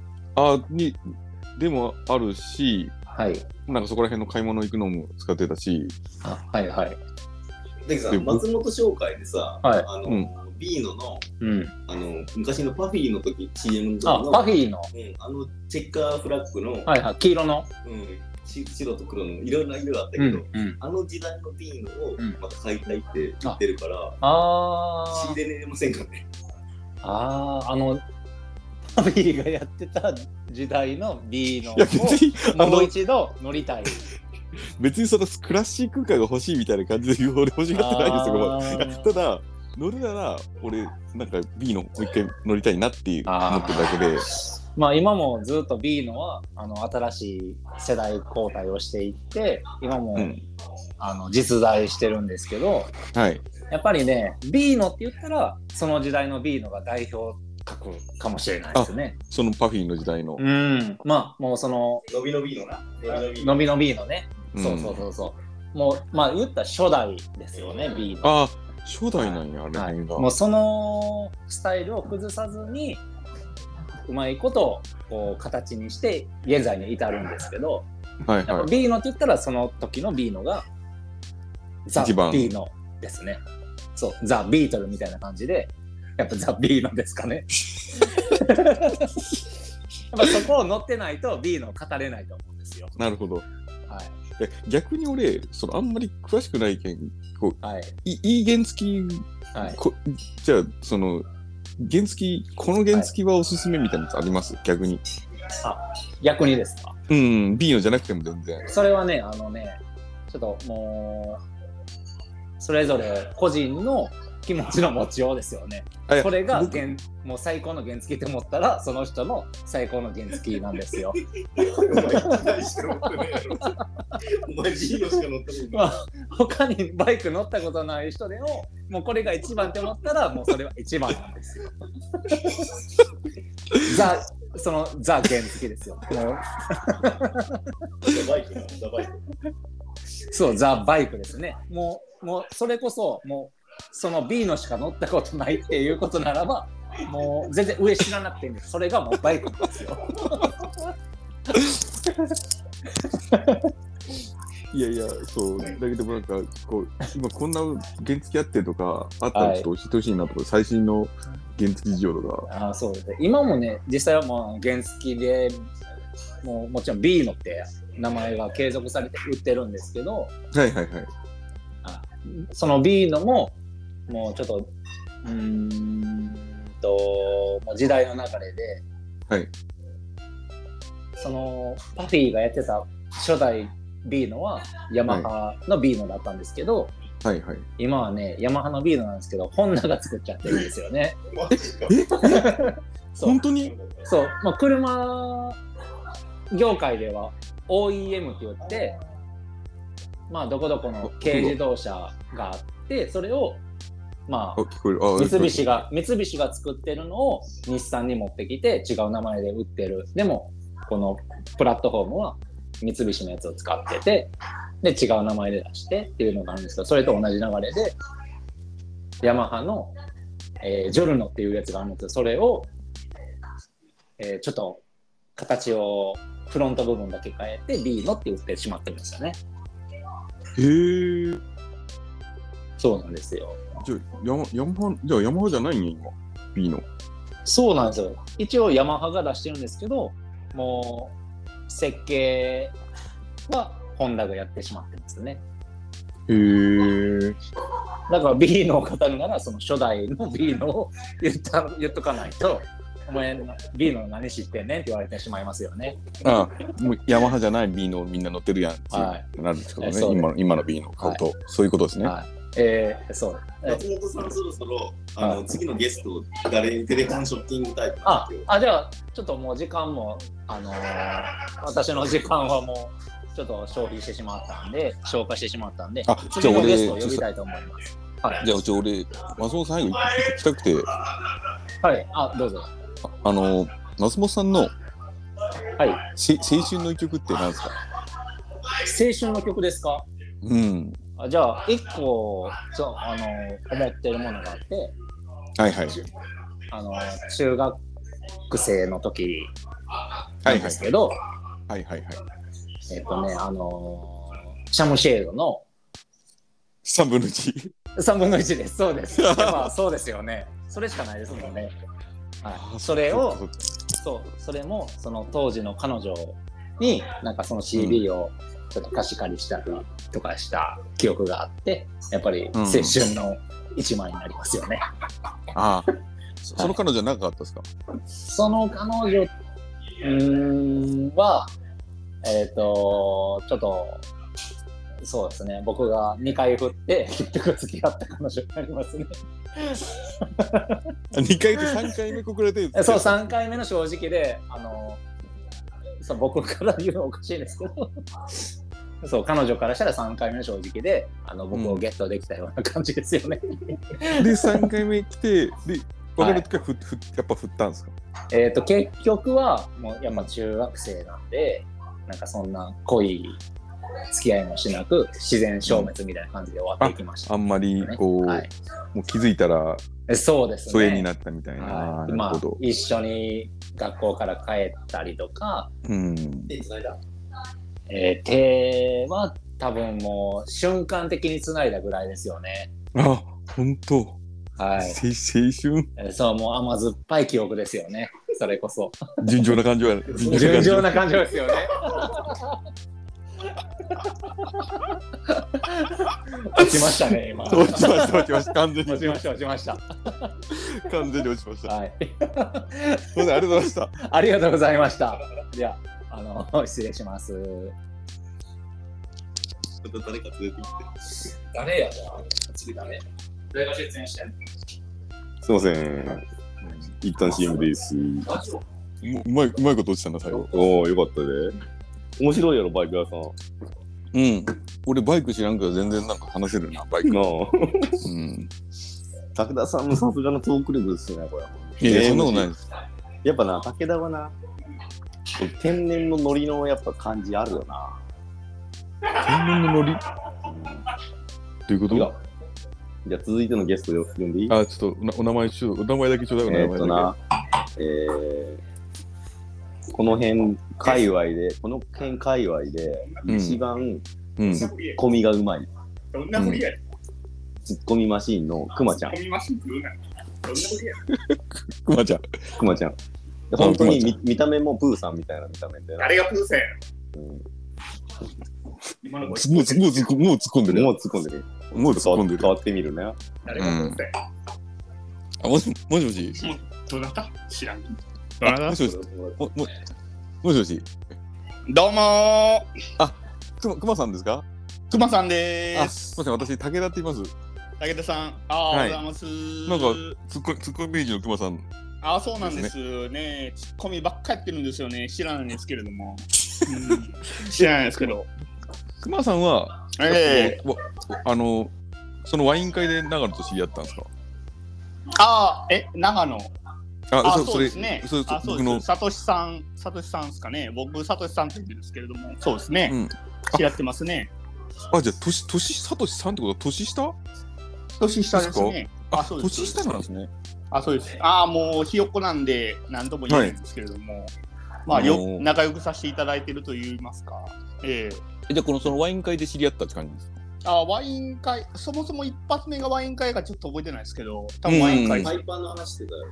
[SPEAKER 2] でもあるし、なんかそこら辺の買い物行くのも使ってたし。
[SPEAKER 1] でさ、松本商会でさ、ビーノの、昔のパフィーの時 CM の時の
[SPEAKER 6] パフィーの、
[SPEAKER 1] チェッカーフラッグの、
[SPEAKER 6] 黄色の、
[SPEAKER 1] 白と黒のいろんな色があったけど、あの時代のビーノをまた買いたいって言ってるから、仕入れれませんかね？
[SPEAKER 6] パフィーがやってた時代のビーノをもう一度乗りたい。
[SPEAKER 2] 別にそのクラシックカーが欲しいみたいな感じで俺欲しがってないですよ。ただ乗るなら俺なんか B のもう一回乗りたいなっていう思ってるだけで、
[SPEAKER 6] まあ今もずっと B のは新しい世代交代をしていって今も、実在してるんですけど、
[SPEAKER 2] はい、
[SPEAKER 6] やっぱりね B のって言ったらその時代の B のが代表格かもしれないですね。
[SPEAKER 2] そのパフィーの時代の。
[SPEAKER 6] まあもうその
[SPEAKER 1] 伸び伸びのな。
[SPEAKER 6] 伸び伸びのね。そう。もうまあ言ったら初代ですよね B の。
[SPEAKER 2] 初代なんやあれ、はい、
[SPEAKER 6] もうそのスタイルを崩さずにうまいことこう形にして現在に至るんですけど、やっぱ B のって言ったらその時の B のがザ・B のですね。そうザ・ビートルみたいな感じでやっぱザ・B のですかね。やっぱそこを乗ってないと B の語れないと思うんですよ。
[SPEAKER 2] なるほど。
[SPEAKER 6] はい。
[SPEAKER 2] 逆に俺あんまり詳しくないけんいい原付、じゃあその原付この原付はおすすめみたいなやつあります？逆に。
[SPEAKER 6] 逆にですか？
[SPEAKER 2] B のじゃなくても全然。
[SPEAKER 6] それはねちょっともうそれぞれ個人の気持ちの持ちようですよね。それがもう最高の原付って思ったらその人の最高の原付なんですよ。
[SPEAKER 1] お前 G のしか乗ったことない。
[SPEAKER 6] 他にバイク乗ったことない人でももうこれが一番って思ったらもうそれは一番なんですよ。ザ原付ですよ。そうザバイクですね。もうそれこそもうその B のしか乗ったことないっていうことならばもう全然上知らなくていいんです。それがもうバイクなんですよ。
[SPEAKER 2] いやいや、そう、だけどなんか、こう、今こんな原付あってとか、あったらちょっと教えてほしいなとか、最新の原付事情とか。
[SPEAKER 6] そうですね。今もね、実際はもう原付で、もちろん B のって名前が継続されて売ってるんですけど、
[SPEAKER 2] はいはいはい。
[SPEAKER 6] その B のも、もうちょっと、もう時代の流れで、
[SPEAKER 2] はい。
[SPEAKER 6] そのパフィーがやってた初代 B のはヤマハの B のだったんですけど、
[SPEAKER 2] はいはい、
[SPEAKER 6] 今はねヤマハの B のなんですけどホンダが作っちゃってるんですよね。
[SPEAKER 2] 本当に？
[SPEAKER 6] そう、まあ、車業界では OEM って言って、まあどこどこの軽自動車があってそれをまあ三菱が作ってるのを日産に持ってきて違う名前で売ってる。でもこのプラットフォームは三菱のやつを使っててで違う名前で出してっていうのがあるんですけど、それと同じ流れでヤマハの、ジョルノっていうやつがあるんですけど、それを、ちょっと形をフロント部分だけ変えて B のって売ってしまってましたね。
[SPEAKER 2] へー、
[SPEAKER 6] そうなんですよ。
[SPEAKER 2] じゃあヤマハじゃないんや今 B の。
[SPEAKER 6] そうなんですよ。一応ヤマハが出してるんですけど、もう設計はホンダがやってしまってますね。
[SPEAKER 2] へー。
[SPEAKER 6] だから B のを語るならその初代の B のを言っとかないと、お前 B の何知ってんねんって言われてしまいますよね。
[SPEAKER 2] ああ、もうヤマハじゃない B のみんな乗ってるやんってなるんですけどね、今の B の買うと、そういうことですね。
[SPEAKER 6] そう。
[SPEAKER 1] 松本さんそろそろ次のゲスト誰にテレフォンショッキングタイプ
[SPEAKER 6] じゃあちょっともう時間も私の時間はもうちょっと消費してしまったんで消化してしまったんで、次のゲストを呼びたいと思います。
[SPEAKER 2] じゃあ俺松本さんに聞きたくて、
[SPEAKER 6] はい、どうぞ。
[SPEAKER 2] 松本さんの、
[SPEAKER 6] はい、
[SPEAKER 2] 青春の一曲って何ですか？
[SPEAKER 6] 青春の曲ですか？
[SPEAKER 2] うん。
[SPEAKER 6] じゃあ一個思ってるものがあって、
[SPEAKER 2] はいはい、
[SPEAKER 6] 中学生の時なんですけど、
[SPEAKER 2] はいはいはい、
[SPEAKER 6] シャムシェードの
[SPEAKER 2] 3分の1。
[SPEAKER 6] 3分の1です。そうです。まあそうですよね。それしかないですもんね。はい。それもその当時の彼女になんかその CD をちょっと貸し借りしたりとかした記憶があって、やっぱり青春の一枚になりますよね。
[SPEAKER 2] その彼女は何かあったですか？
[SPEAKER 6] その彼女はちょっとそうですね、僕が2回振って結局付き合った彼女になりますね。
[SPEAKER 2] 2回で3回目告られて
[SPEAKER 6] そう、3回目の正直で僕から言うのおかしいですけどそう彼女からしたら3回目の正直で僕をゲットできたような感じですよね。
[SPEAKER 2] で3回目来てで別れる時はやっぱ振ったんですか？
[SPEAKER 6] 結局はもうやっぱ中学生なんでなんかそんな濃い付き合いもしなく自然消滅みたいな感じで終わっていきました、
[SPEAKER 2] あんまりこう、もう気づいたら
[SPEAKER 6] そうですね、
[SPEAKER 2] 疎遠になったみたいな、
[SPEAKER 6] なるほど。一緒に学校から帰ったりとか、手は多分もう瞬間的に繋いだぐらいですよね。
[SPEAKER 2] 本当。
[SPEAKER 6] はい。
[SPEAKER 2] 青春。
[SPEAKER 6] そう、もう甘酸っぱい記憶ですよね。それこそ。
[SPEAKER 2] 純情な感情やね。
[SPEAKER 6] 純情な感情ですよね。落ちましたね、今。
[SPEAKER 2] 落ちました。完全に
[SPEAKER 6] 落ちました。
[SPEAKER 2] 完全に落ちました。
[SPEAKER 6] はい。
[SPEAKER 2] ありがとうございました。
[SPEAKER 6] ありがとうございました。では、失礼します。
[SPEAKER 1] 誰か連れてきて。
[SPEAKER 6] 誰やじゃあ、次誰が出演してんの？
[SPEAKER 2] すいません。一旦 CM です。うまいこと落ちたな、最後。
[SPEAKER 1] よかったね。面白いやろ、バイク屋さん。
[SPEAKER 2] 俺バイク知らんけど全然なんか話せるな、バイク。武
[SPEAKER 1] 田さんのさすがのトーク力ですね、こ
[SPEAKER 2] れ。いや、そんなことないです。
[SPEAKER 1] やっぱな、武田はな、天然のノリのやっぱ感じあるよな。
[SPEAKER 2] 天然のノリ？どういうこと？
[SPEAKER 1] じゃあ続いてのゲスト呼んでいい？
[SPEAKER 2] ちょっとお名前だけちょうだい。
[SPEAKER 1] この辺界隈で、一番ツッコミがうまい。
[SPEAKER 7] どんなふりや
[SPEAKER 1] ツッコミマシーンのくまちゃん。
[SPEAKER 7] ツッコミマシン食うな。どんなふりや
[SPEAKER 2] くまちゃん。
[SPEAKER 1] くまちゃん。本当に見た目もプーさんみたいな見た目で。
[SPEAKER 7] 誰がプーさんや
[SPEAKER 2] もう突っ込んでる。
[SPEAKER 1] もう突っ込んでる。変わってみるね。
[SPEAKER 7] 誰がプーさんや
[SPEAKER 2] もしもし。
[SPEAKER 7] どなた知らん。
[SPEAKER 2] もしもし。もしもし。
[SPEAKER 7] どうも
[SPEAKER 2] ー。くまさんですか？
[SPEAKER 7] くまさんでーす。
[SPEAKER 2] すみません、私、武田って言います。
[SPEAKER 7] 武田さん、おはようございます。
[SPEAKER 2] なんか、ツッコミ名人のくまさん。
[SPEAKER 7] そうなんですね。ツッコミばっかやってるんですよね。知らないんですけれども。知らないですけど。
[SPEAKER 2] くまさんは、そのワイン会で長野と知り合ったんですか？
[SPEAKER 7] 長野。そうですね。
[SPEAKER 2] 僕の
[SPEAKER 7] サトシさんですかね。僕、サトシさんって言うんですけれども。そうですね。知り合ってますね。
[SPEAKER 2] じゃあ、サトシさんってことは年下？
[SPEAKER 7] 年下ですね。
[SPEAKER 2] 年下なんですね。
[SPEAKER 7] そうです。もうひよっこなんで何とも言えないんですけれども、仲良くさせていただいていると言いますか。
[SPEAKER 2] じゃあそのワイン会で知り合ったって感じですか？
[SPEAKER 7] ワイン会、そもそも一発目がワイン会かちょっと覚えてないですけど、多分ワイン会。
[SPEAKER 1] パイパンの話してたよ。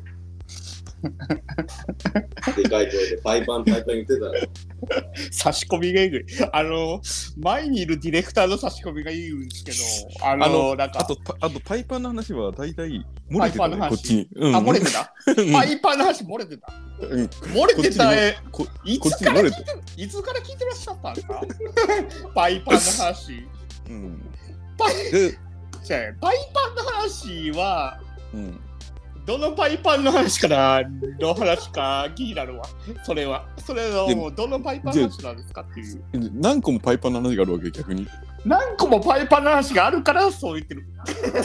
[SPEAKER 1] でかい声でパイパン言ってたよ。
[SPEAKER 7] 差し込みがいい。前にいるディレクターの差し込みがいいんですけど、なんか
[SPEAKER 2] あとパイパンの話は大体漏れてたね、こっちに。
[SPEAKER 7] 漏れてた？パイパンの話漏れてた？漏れてたいつから聞いてらっしゃったんですか？パイパンの話。パイパンの話は、どのパイパンの話からの話か気になるわ。それのどのパイパンの話なんですかっていう。
[SPEAKER 2] 何個もパイパンの話があるわけ、逆に。
[SPEAKER 7] 何個もパイパンの話があるからそう言ってる。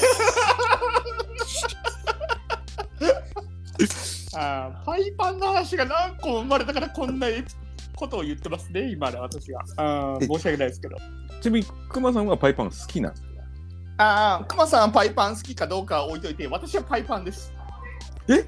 [SPEAKER 7] パイパンの話が何個も生まれたからこんなことを言ってますね、今の私が。申し訳ないですけど。
[SPEAKER 2] ちなみに、くまさんはパイパン好きなんです
[SPEAKER 7] か？くまさんはパイパン好きかどうかは置いといて、私はパイパンです。って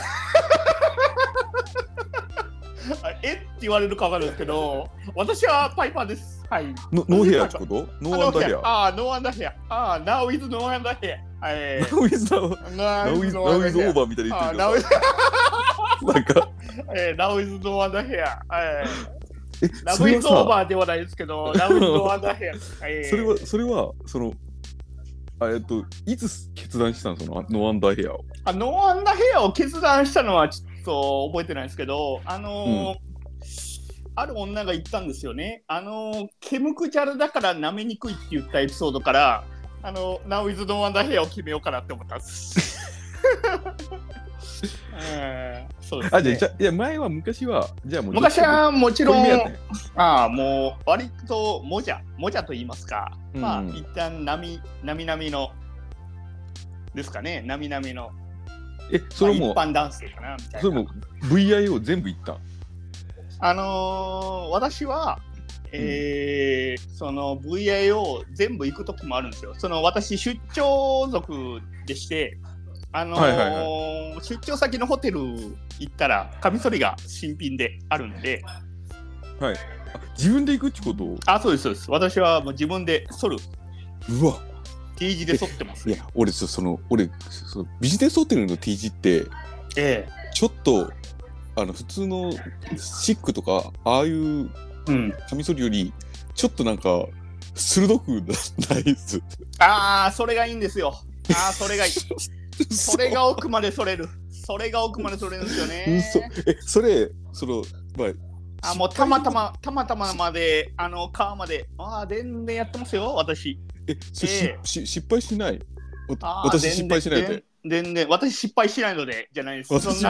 [SPEAKER 7] 言われるかわかるんですけど、私はパイパンです。はい。
[SPEAKER 2] ノーヘアってこと？ノーアンダーヘア。
[SPEAKER 7] ノーアンダーヘア。Now is no under hair.
[SPEAKER 2] Now is over みたいな言ってるけど。なんか。
[SPEAKER 7] Now is no under hair. Now is over ではないですけど、Now is no under hair.
[SPEAKER 2] それは、いつ決断したの？そのノーアンダーヘアを。
[SPEAKER 7] ノーアンダーヘアを決断したのはちょっと覚えてないですけど、ある女が言ったんですよね。ケムクジャルだから舐めにくいって言ったエピソードから、Now is no under hairを決めようかなって思ったんです。そうですね。
[SPEAKER 2] 前は昔は
[SPEAKER 7] もちろんもう割ともじゃと言いますか、一旦並々のですかね、並々の
[SPEAKER 2] それも
[SPEAKER 7] 一般男性かなみたいな。
[SPEAKER 2] それも VIO 全部行った。
[SPEAKER 7] 私はその VIO 全部行く時もあるんですよ。私出張族でして。出張先のホテル行ったらカミソリが新品であるんで、
[SPEAKER 2] 自分で行くってこと？
[SPEAKER 7] そうです私はもう自分で剃る。
[SPEAKER 2] うわ
[SPEAKER 7] T 字で剃ってます、ね。
[SPEAKER 2] いや俺ビジネスホテルの T 字って、ちょっと普通のシックとかああいうカミソリよりちょっとなんか鋭くないです。
[SPEAKER 7] それがいいんですよ。それがいい。それが奥まで剃れる。それが奥まで剃れるんですよね。もうたまたままで皮まで全然やってますよ私。
[SPEAKER 2] 失敗しない？私失敗しないで。
[SPEAKER 7] 全然私失敗しないのでじゃないです。そんな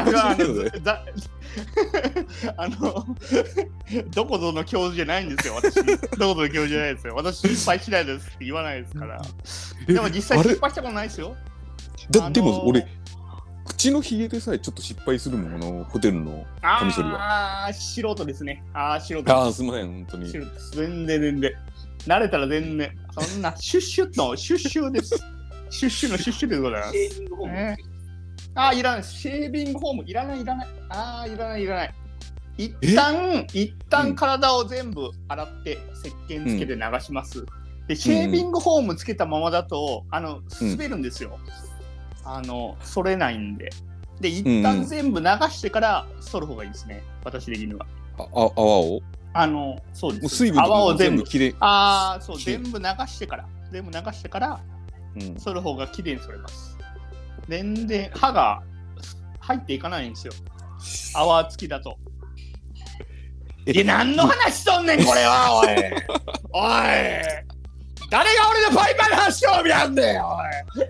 [SPEAKER 7] どこぞの教授じゃないんですよ私。どこぞの教授じゃないですよ。私失敗しないですって言わないですから。でも実際失敗したことないですよ。
[SPEAKER 2] でも俺口のひげでさえちょっと失敗するもの、ホテルのカミソリは。
[SPEAKER 7] 素人ですね。素人
[SPEAKER 2] です。すみません、本当に。
[SPEAKER 7] 全然。慣れたら全然。そんなシュッシュのシュッシュです。シュッシュのシュッシュでございます。シェービングホーム。いらない。シェービングホームいらない。いらない。 一旦体を全部洗って石鹸つけて流します。でシェービングフォームつけたままだと滑るんですよ。それないんで。で一旦全部流してから剃る方がいいですね。私的には。
[SPEAKER 2] 泡を？
[SPEAKER 7] そうです。
[SPEAKER 2] 水分
[SPEAKER 7] 泡を全部
[SPEAKER 2] きれい。
[SPEAKER 7] そう全部流してから、剃る方がきれいに剃れます。全然歯が入っていかないんですよ。泡付きだと。何の話しとんねんこれは、おい誰が俺のパイパンの話興味あんねん、お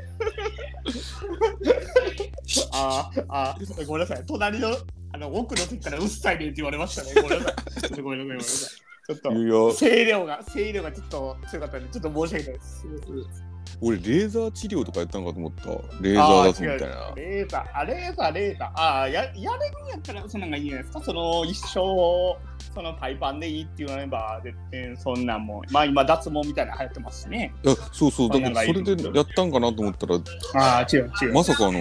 [SPEAKER 7] いごめんなさい、隣の奥の席からうっさいねって言われましたね。ごめんなさい。ごめんなさい。ちょっと声量がちょっと強かったんで、ちょっと申し訳ないです。
[SPEAKER 2] 俺レーザー治療とかやったんかと思った。レーザー出すみたいな。
[SPEAKER 7] レーザー。やれるんやったらそんなんがいいんじゃないですか。一生そのパイパンでいいって言われば絶対そんなんも今脱毛みたいなの流行ってますしね。
[SPEAKER 2] そうだからそれでやったんかなと思ったら
[SPEAKER 7] 違う
[SPEAKER 2] まさか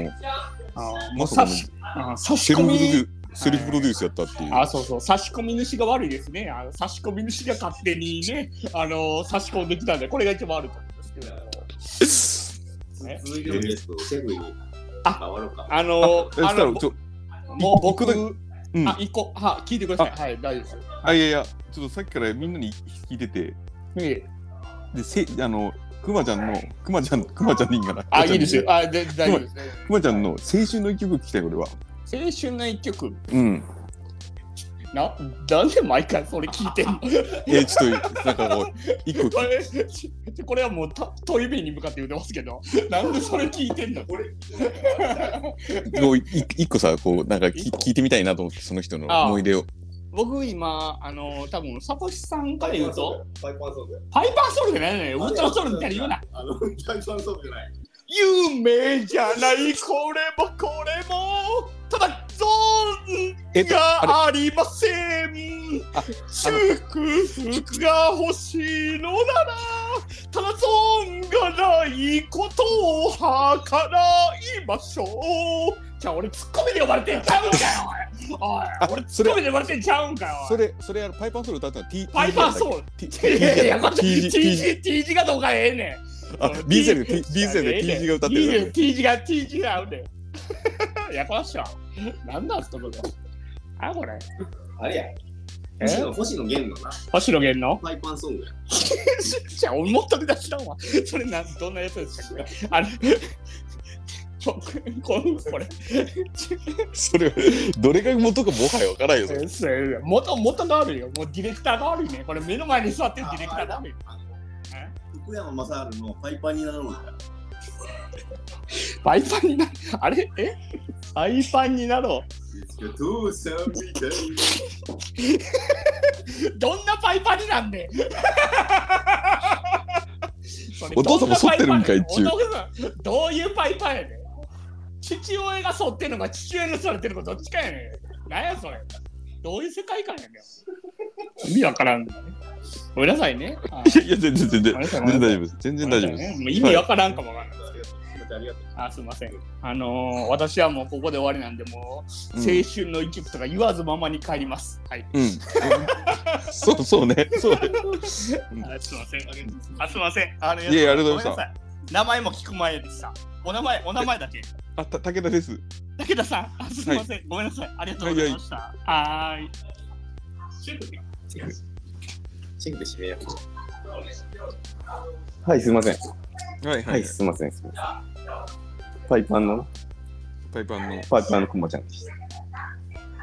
[SPEAKER 2] セルフプロデュースやったっていう。
[SPEAKER 7] そう差し込み主が悪いですね。差し込み主が勝手にね差し込んできたんで、これが一番悪いと思うんですけど。
[SPEAKER 1] 続いてのゲスト、シェフに変わるか。
[SPEAKER 7] もう僕、一個、聞いてください。はい、大丈夫です。
[SPEAKER 2] いや、ちょっとさっきからみんなに聞いてて、で、くまちゃんでいいんかな。
[SPEAKER 7] いいですよ。大丈夫ですね。
[SPEAKER 2] くまちゃんの青春の一曲聞きたい、俺は。
[SPEAKER 7] 青春の一曲。なんで毎回それ聞いてんの？
[SPEAKER 2] ちょっとなんかこう一個
[SPEAKER 7] これはもうトイレに向かって言ってますけど、なんでそれ聞いてんの？これ
[SPEAKER 2] 一個さ、こうなんか聞いてみたいなと思って、その人の思い出を。
[SPEAKER 7] 僕今多分サトシさんから言うと
[SPEAKER 1] パイパンソルベ。
[SPEAKER 7] パイパンソルベじゃないのよ。ウルトラソルベみたいに言うな。
[SPEAKER 1] パイパンソルベじゃない。
[SPEAKER 7] 夢じゃないこれもただゾーンがありません。祝福が欲しいのならただゾーンがないことを計らいましょう。じゃあ俺ツッコミで呼ばれてんちゃうんかよ。おい俺ツッコミで呼ばれてんちゃうんかよ。
[SPEAKER 2] それパイパンソル歌ったの T
[SPEAKER 7] パイパンソル T 字がどうかええねん。
[SPEAKER 2] B ゼルで T 字が歌ってる。
[SPEAKER 7] T 字が合うねん。やかましいわ。なんだそこで。これ。
[SPEAKER 1] あれや。星野源のな。
[SPEAKER 7] 星野源の
[SPEAKER 1] パイパンソングや。
[SPEAKER 7] じゃあ俺もっと出だしだわ。それどんなやつですか？これ。
[SPEAKER 2] それどれが元かもはや分からんよ。
[SPEAKER 7] 元があるよ。もうディレクターが悪いね。これ目の前に座ってるディレクターが悪い。
[SPEAKER 1] 福山雅治のパイパンになるのか。
[SPEAKER 7] パイパンになる。あれパイパンになろう。
[SPEAKER 1] 父さんみたい。
[SPEAKER 7] どんなパイパンになんねん。
[SPEAKER 2] お父さんも剃ってるんかいっちゅう。
[SPEAKER 7] どういうパイパンやねん。父親が剃ってるのか父親が剃れてるのかどっちかやねん。なんやそれ。どういう世界観やねん。意味わからんんだね。ごめんなさいね。
[SPEAKER 2] いや全然大丈夫です。全然大丈夫です。
[SPEAKER 7] 意味わからんかもわからないですけど。すみません。私はもうここで終わりなんで、もう青春の一曲とか言わずままに帰ります。はい。
[SPEAKER 2] そうね。
[SPEAKER 7] すみません。すみません。
[SPEAKER 2] いやありがとうございました。
[SPEAKER 7] 名前も聞く前でした。お名前だけ。
[SPEAKER 2] 武田です。
[SPEAKER 7] 武田さん。すみません。ごめんなさい。ありがとうございました。はい。
[SPEAKER 1] シェフで締めよう。はい、すみません。はい、すみません。パイパンのくまちゃんでした。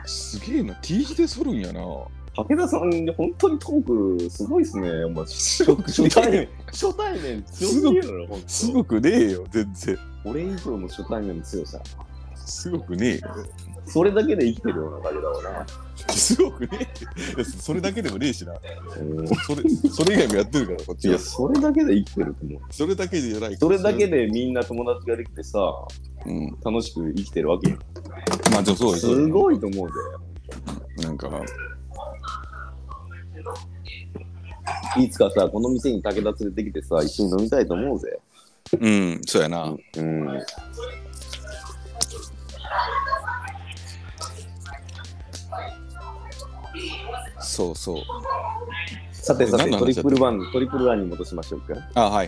[SPEAKER 2] すげえな、T 字で剃るんやな。
[SPEAKER 1] 武田さん、本当にトークすごいっすね。初対面強すぎるの。
[SPEAKER 2] すごくねえよ、全然。
[SPEAKER 1] 俺以上の初対面の強さ。
[SPEAKER 2] すごくねえよ。
[SPEAKER 1] それだけで生きてるような感じだわな。
[SPEAKER 2] すごくねえ。それだけでもねえしな。それ以外もやってるから、こっちは。
[SPEAKER 1] いや、それだけで生きてると思う。
[SPEAKER 2] それだけじゃない。
[SPEAKER 1] それだけでみんな友達ができてさ、楽しく生きてるわけよ。
[SPEAKER 2] まあ、そうです
[SPEAKER 1] すごいと思う
[SPEAKER 2] ぜ。なんか。
[SPEAKER 1] いつかさ、この店に武田連れてきてさ、一緒に飲みたいと思うぜ。
[SPEAKER 2] そうやな。 そうそう。
[SPEAKER 1] さてさて、トリプルワンに戻しましょうか。
[SPEAKER 2] はい。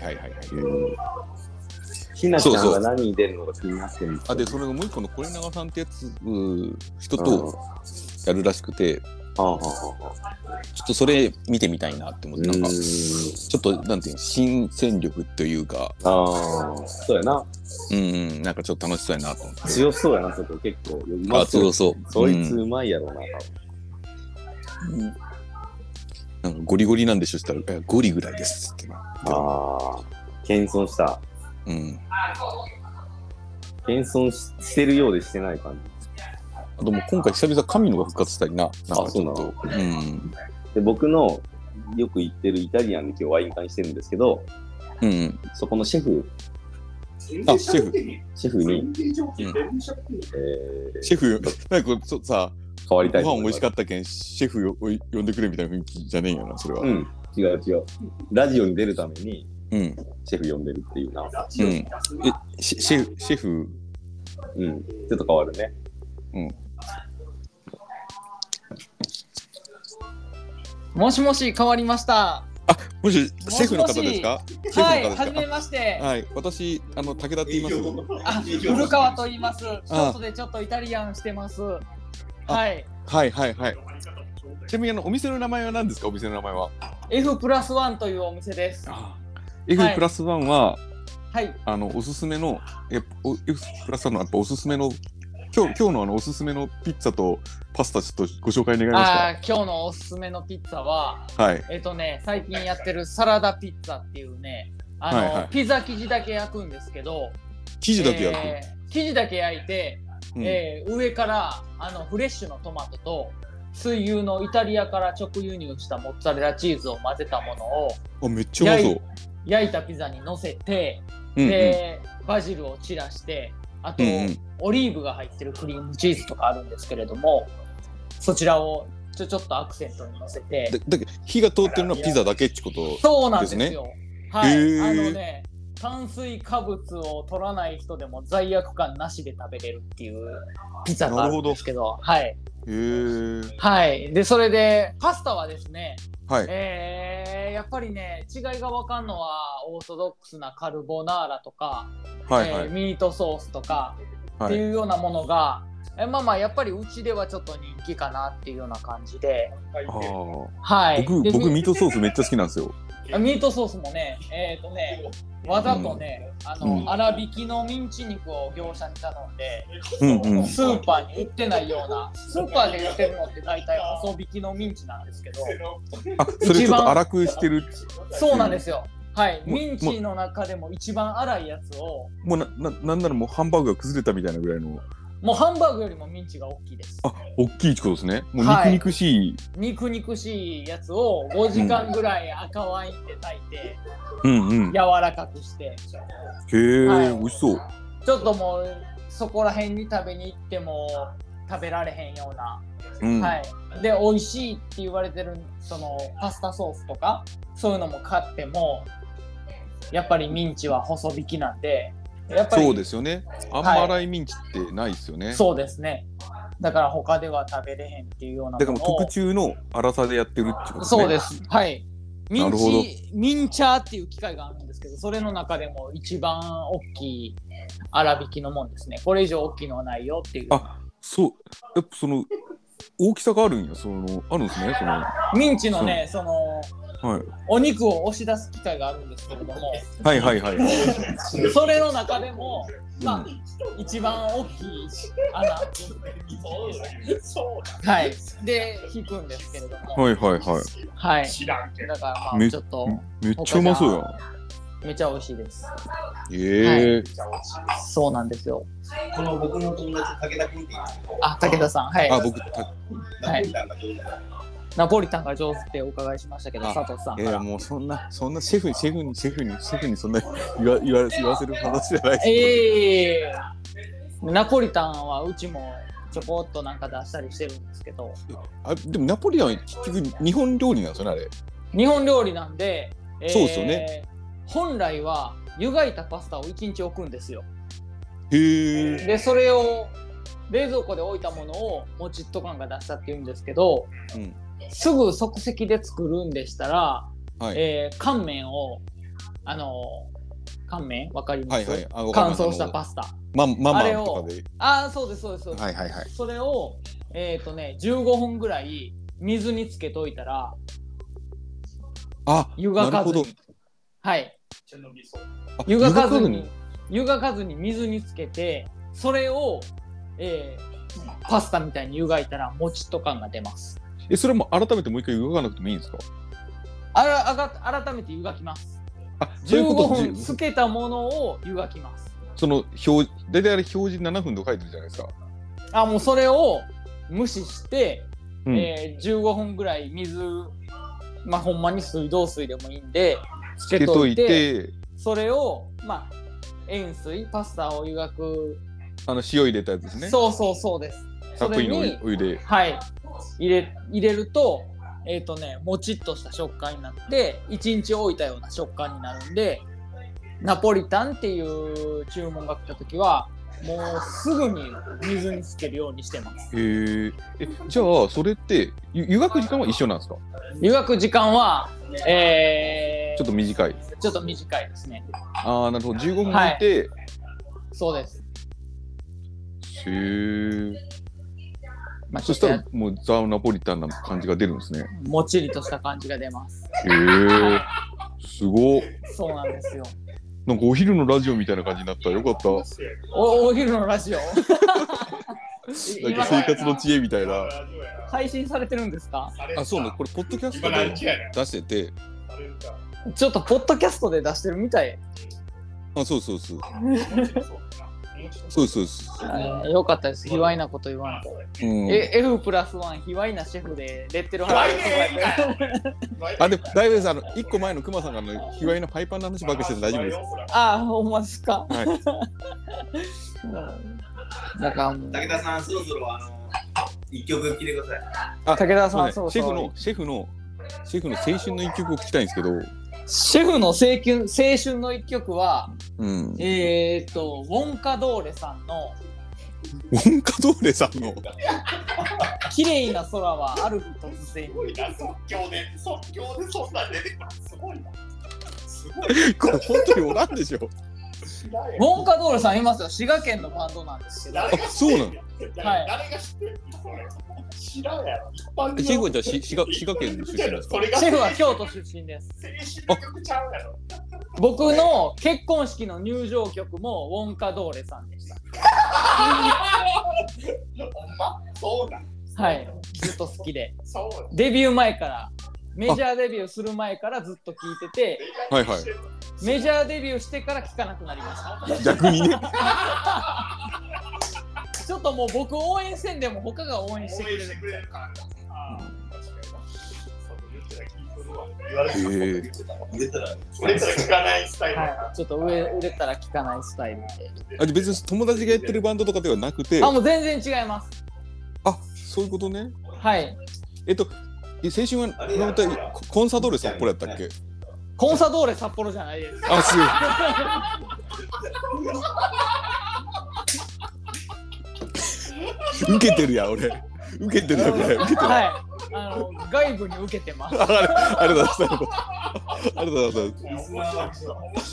[SPEAKER 1] ひなちゃんは何に出るのが気になってるんですか。
[SPEAKER 2] で、それがもう一個のコレナガさんってやつ、人とやるらしくて、ちょっとそれ見てみたいなって思って、なんか、ちょっと、なんていうの、新戦力というか、
[SPEAKER 1] そうやな。
[SPEAKER 2] なんかちょっと楽しそうやなと思って。
[SPEAKER 1] 強そうやな、そこ結構。
[SPEAKER 2] 強そう。
[SPEAKER 1] そいつうまいやろうな、
[SPEAKER 2] なんかゴリゴリなんでしょしたら、ゴリぐらいですって。
[SPEAKER 1] 謙遜した。謙遜してるようでしてない感じ。
[SPEAKER 2] あともう今回久々神野が復活したりな。なんかちょっと。
[SPEAKER 1] で、僕のよく行ってるイタリアンで今日ワイン会してるんですけど、そこのシェフに、
[SPEAKER 2] シェフ、なんかさ、
[SPEAKER 1] 変わりたい。
[SPEAKER 2] ご飯美味しかったけん、シェフを呼んでくれみたいな雰囲気じゃねえよな、それは。
[SPEAKER 1] 違う。ラジオに出るために、シェフ呼んでるっていうな。
[SPEAKER 2] シェフ、
[SPEAKER 1] ちょっと変わるね。
[SPEAKER 8] もしもし、変わりました。
[SPEAKER 2] もし、シェフの方ですか？
[SPEAKER 8] はい、はじめまして。
[SPEAKER 2] はい、私、武田って言います。
[SPEAKER 8] 古川と言います。外でちょっとイタリアンしてます。はい。
[SPEAKER 2] ちなみにお店の名前は何ですか？お店の名前は
[SPEAKER 8] F+1 というお店です。
[SPEAKER 2] F+1 は、おすすめの F+1 のやっぱおすすめの今日のおすすめのピッツァとパスタちょっとご紹介願いますか？
[SPEAKER 8] 今日のおすすめのピッツァは、最近やってるサラダピッツァっていうね、ピザ生地だけ焼くんですけど、
[SPEAKER 2] 生地だけ
[SPEAKER 8] 焼いて、上からフレッシュのトマトと水牛のイタリアから直輸入したモッツァレラチーズを混ぜたものを
[SPEAKER 2] めっちゃうまそう。
[SPEAKER 8] 焼いたピザに乗せて、でバジルを散らして、あと、オリーブが入ってるクリームチーズとかあるんですけれども、そちらをちょっとアクセントに乗せて。
[SPEAKER 2] だけど火が通ってるのはピザだけってことですね。
[SPEAKER 8] そうなんですよ。はい。炭水化物を取らない人でも罪悪感なしで食べれるっていうピザがあるんですけど、はい。はい。で、それでパスタはですね、やっぱりね、違いが分かんのはオーソドックスなカルボナーラとか、ミートソースとかっていうようなものが、やっぱりうちではちょっと人気かなっていうような感じで、
[SPEAKER 2] 僕ミートソースめっちゃ好きなんですよ。
[SPEAKER 8] ミートソースもね、わざとね、粗挽きのミンチ肉を業者に頼んで、スーパーに売ってないような、スーパーで売ってるのって大体細引きのミンチなんですけど、
[SPEAKER 2] それちょっと粗くしてる。
[SPEAKER 8] そうなんですよ。はい、ミンチの中でも一番粗いやつを、
[SPEAKER 2] もうなんならもうハンバーグが崩れたみたいなぐらいの。
[SPEAKER 8] もうハンバーグよりもミンチが大きいです。
[SPEAKER 2] 大きいってことですね。もう肉々しいやつを5時間ぐらい赤ワインで炊いて、柔らかくして。 へえ、美味しそう。
[SPEAKER 8] ちょっともうそこら辺に食べに行っても食べられへんような、で美味しいって言われてるそのパスタソースとかそういうのも買ってもやっぱりミンチは細引きなんで。やっぱり
[SPEAKER 2] そうですよね。あんま粗いミンチってないですよね。
[SPEAKER 8] そうですね。だから他では食べれへんっていうような。
[SPEAKER 2] だからもう特注の粗さでやってるってことです
[SPEAKER 8] ね。そうです。はい。ミンチャーっていう機械があるんですけど、それの中でも一番大きい粗挽きのもんですね。これ以上大きいのはないよっていう。
[SPEAKER 2] そう。やっぱその大きさがあるんや。あるんですね。
[SPEAKER 8] ミンチのね、お肉を押し出す機械があるんですけれども、それの中でも、一番大きい穴で引くんですけれども、だからちょっと
[SPEAKER 2] めっちゃうまそうや。
[SPEAKER 8] めっちゃ美味しいです。そうなんですよ。
[SPEAKER 1] 僕の友達武田君って言うんですけど、
[SPEAKER 8] 武田さん、
[SPEAKER 2] 僕
[SPEAKER 8] ナポリタンが上手ってお伺いしましたけど、佐藤さん。
[SPEAKER 2] もうそんなシェフにそんな言わせる話じゃない
[SPEAKER 8] です。ナポリタンはうちもちょこっとなんか出したりしてるんですけど。
[SPEAKER 2] でもナポリタンは結局日本料理なんですよね、あれ。
[SPEAKER 8] 日本料理なんで、
[SPEAKER 2] そうですよね。
[SPEAKER 8] 本来は湯がいたパスタを1日置くんですよ。
[SPEAKER 2] で
[SPEAKER 8] それを冷蔵庫で置いたものをもちっと感が出したっていうんですけど、 すぐ即席で作るんでしたら、乾麺を乾麺わかります？乾燥したパスタ。
[SPEAKER 2] ママとかで。
[SPEAKER 8] そうですそうです。それを15分ぐらい水につけといたら、湯がかずに、湯がかずに水につけて、それをパスタみたいに湯がいたらもちっと感が出ます。
[SPEAKER 2] それも改めてもう一回湯がかなくてもいいんですか？
[SPEAKER 8] 改めて湯がきます。15分つけたものを湯がきます。
[SPEAKER 2] その大体あれ表示7分と書いてるじゃないですか。
[SPEAKER 8] もうそれを無視して、15分ぐらい水、ほんまに水道水でもいいんでつけといて、それを塩水パスタを湯がく
[SPEAKER 2] 塩入れたやつですね。
[SPEAKER 8] そうです。
[SPEAKER 2] たっぷりのお湯で
[SPEAKER 8] 入れるともちっとした食感になって1日置いたような食感になるんで、ナポリタンっていう注文が来た時はもうすぐに水につけるようにしてます。
[SPEAKER 2] じゃあそれって湯がく時間は一緒なんですか？
[SPEAKER 8] 湯がく時間は、
[SPEAKER 2] ちょっと短い。
[SPEAKER 8] ちょっと短いですね。
[SPEAKER 2] なるほど。15分置いて、
[SPEAKER 8] そうです。
[SPEAKER 2] そしたらもうザ・ナポリタンな感じが出るんですね。
[SPEAKER 8] もちりとした感じが出ます。
[SPEAKER 2] すごっ。
[SPEAKER 8] そうなんですよ。
[SPEAKER 2] なんかお昼のラジオみたいな感じになった。よかった。
[SPEAKER 8] お昼のラジオ
[SPEAKER 2] なんか生活の知恵みたいな。
[SPEAKER 8] 配信されてるんですか？
[SPEAKER 2] そうね。これポッドキャストで出してて。
[SPEAKER 8] ちょっとポッドキャストで出してるみたい。
[SPEAKER 2] そうそうそうです。
[SPEAKER 8] よかったです。卑猥なこと言わんと。F+1 卑猥なシェフでレッテル貼られて。
[SPEAKER 2] でも大丈夫です。1個前のクマさんが卑猥なパイパンの話ばっかりしてて大丈夫です。
[SPEAKER 8] ほんまですか。
[SPEAKER 1] だから武田さんそろそろ1曲聴いてくだ
[SPEAKER 8] さい。武田さん、
[SPEAKER 2] シェフの青春の1曲を聴きたいんですけど。
[SPEAKER 8] シェフの青春の1曲は、ウォンカドーレさんの綺麗な空はある日突然。
[SPEAKER 7] 即興でそんな出てくる。すごいな。
[SPEAKER 2] これ本当におらんでしょ。
[SPEAKER 8] ウォンカドーレさんいますよ。滋賀県のバンドなんですけど。
[SPEAKER 2] そうなの？
[SPEAKER 7] 誰が知ってるの？知らんやろ。
[SPEAKER 2] シェフはじゃあ滋賀県の出身ですか？
[SPEAKER 8] シェフは京都出身です。
[SPEAKER 7] 青春の曲ちゃうやろ。
[SPEAKER 8] 僕の結婚式の入場曲もウォンカドーレさんでした。
[SPEAKER 7] ほんま？そうだ。
[SPEAKER 8] はい、ずっと好きで。デビュー前からメジャーデビューする前からずっと聴いてて、メジャーデビューしてから聴かなくなりました。
[SPEAKER 2] 逆にね。
[SPEAKER 8] ちょっともう僕応援せんでも他が応援してくれるから。
[SPEAKER 7] 売れたら聞かないスタイル。
[SPEAKER 8] ちょっと売れたら聞かないスタイルで。
[SPEAKER 2] 別に友達がやってるバンドとかではなくて。
[SPEAKER 8] もう全然違います。
[SPEAKER 2] そういうことね。
[SPEAKER 8] はい。
[SPEAKER 2] 青春はコンサドーレ札幌やったっけ？
[SPEAKER 8] コンサドーレ札幌じゃないです。
[SPEAKER 2] すごい。受けてるやん俺。受けてるやんこれ。
[SPEAKER 8] 外部に受けてます。
[SPEAKER 2] ありがとうございます。ありがとうございます。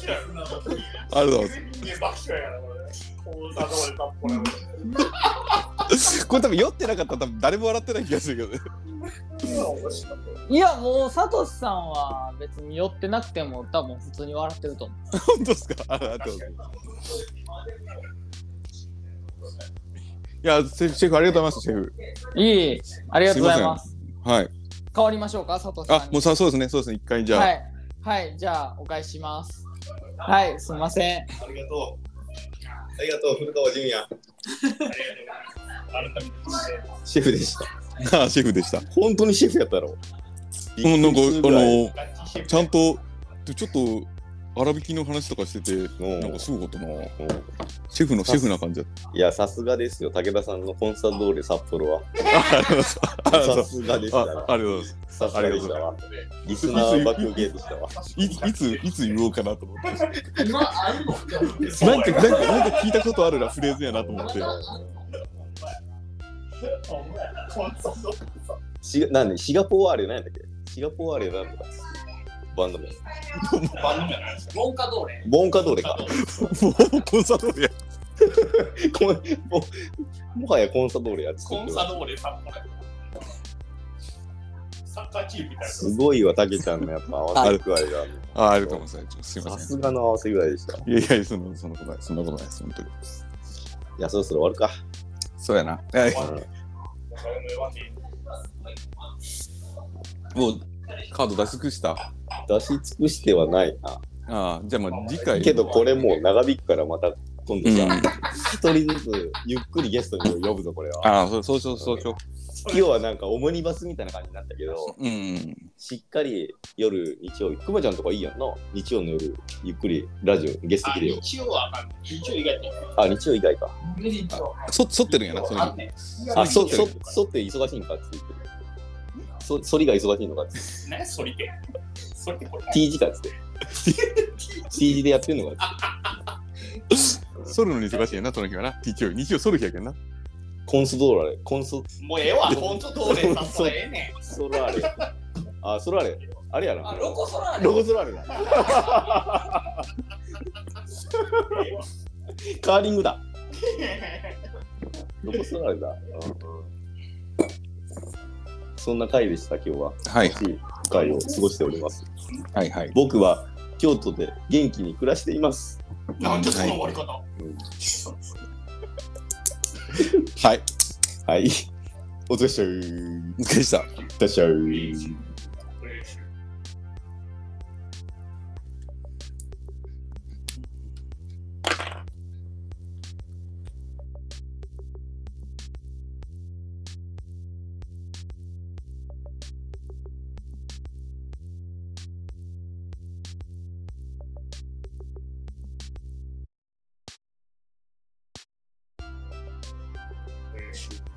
[SPEAKER 2] これ多分酔ってなかったら多分誰も笑ってない気がするけどね。
[SPEAKER 8] いやもうサトシさんは別に酔ってなくても多分普通に笑ってると思う。
[SPEAKER 2] 本当ですか？いやシェフありがとうございます。シェフ。
[SPEAKER 8] ありがとうございます。
[SPEAKER 2] はい。
[SPEAKER 8] 変わりましょうか、サトシさんに。
[SPEAKER 2] もうそうですね一回じゃあ。
[SPEAKER 8] はい、じゃあお返しします。はい、すみません。
[SPEAKER 1] ありがとう古川純也。シェフでした。
[SPEAKER 2] シェフでした。
[SPEAKER 1] 本当にシェフやったろ。
[SPEAKER 2] なんかちゃんとちょっと粗挽きの話とかしててなんかすごかったな。シェフな感じだった。
[SPEAKER 1] いやさすがですよ武田さんのコンサドーレ札幌は。さすがでしたわ。
[SPEAKER 2] ありがとうございます。
[SPEAKER 1] さすがでしたわ。リスナー爆受けでしたわ。
[SPEAKER 2] いつ言おうかなと思って。なんか聞いたことあるなフレーズやなと思って。
[SPEAKER 1] なんでシガポワーレなんだっけ？シガポワーレなんだっけ？バンド名。
[SPEAKER 8] バンド名なんですか？ボンカドーレ。
[SPEAKER 1] ボンカドーレか。
[SPEAKER 2] もうコンサドーレや。
[SPEAKER 1] もはやコンサドーレやつ。
[SPEAKER 7] コンサドーレさんこれ。サッカーチームみたいな。
[SPEAKER 1] すごいわ、たけちゃんのやっぱ合わせ具合が。
[SPEAKER 2] ありがとうございます。すみません。
[SPEAKER 1] さすがの合わせ具合でした。
[SPEAKER 2] いやいや、そんなことない、そんなことないです、本当に。
[SPEAKER 1] いや、そろそろ終わるか。
[SPEAKER 2] そうやな。もうカード出し尽くした？
[SPEAKER 1] 出し尽くしてはないな。
[SPEAKER 2] ああ、じゃあまあ次回。
[SPEAKER 1] けどこれもう長引くからまた今度さ、一人ずつゆっくりゲストに呼ぶぞこれは。
[SPEAKER 2] ああ、そうしよう。
[SPEAKER 1] 今日はなんかオムニバスみたいな感じになったけど、しっかり夜日曜日、くまちゃんとかいいやんな。日曜の夜ゆっくりラジオゲスト来るよ。
[SPEAKER 7] 日曜はあかん。日曜以外で。
[SPEAKER 1] 日曜以外か。
[SPEAKER 2] そってるんやな、それ。
[SPEAKER 1] そって忙しいんかって言ってる。そりが忙しいのかって。
[SPEAKER 7] 何そりって。そりってこれ。
[SPEAKER 1] T 字かっつって。T 字でやってんのかって。
[SPEAKER 2] ソルのに忙しいやな、その日はな。日曜ソル日やけんな。
[SPEAKER 1] コンソドーラレ。
[SPEAKER 7] もうええわ、コンソドーレさんそれええねん。
[SPEAKER 1] ソラーレ。ソラーレ。あれやな。
[SPEAKER 8] ロコソラーレ。
[SPEAKER 1] ロコソラーレだ。カーリングだ。ロコソラーレだ。そんな回でした、今日は。
[SPEAKER 2] はい。
[SPEAKER 1] 楽しい回を過ごしております。
[SPEAKER 2] はいはい。
[SPEAKER 1] 僕は京都で元気に暮らしています。
[SPEAKER 7] なんでその終わり方？
[SPEAKER 2] はい。
[SPEAKER 1] はい。お疲れ様でした。
[SPEAKER 2] お疲れ様でした。
[SPEAKER 7] 練習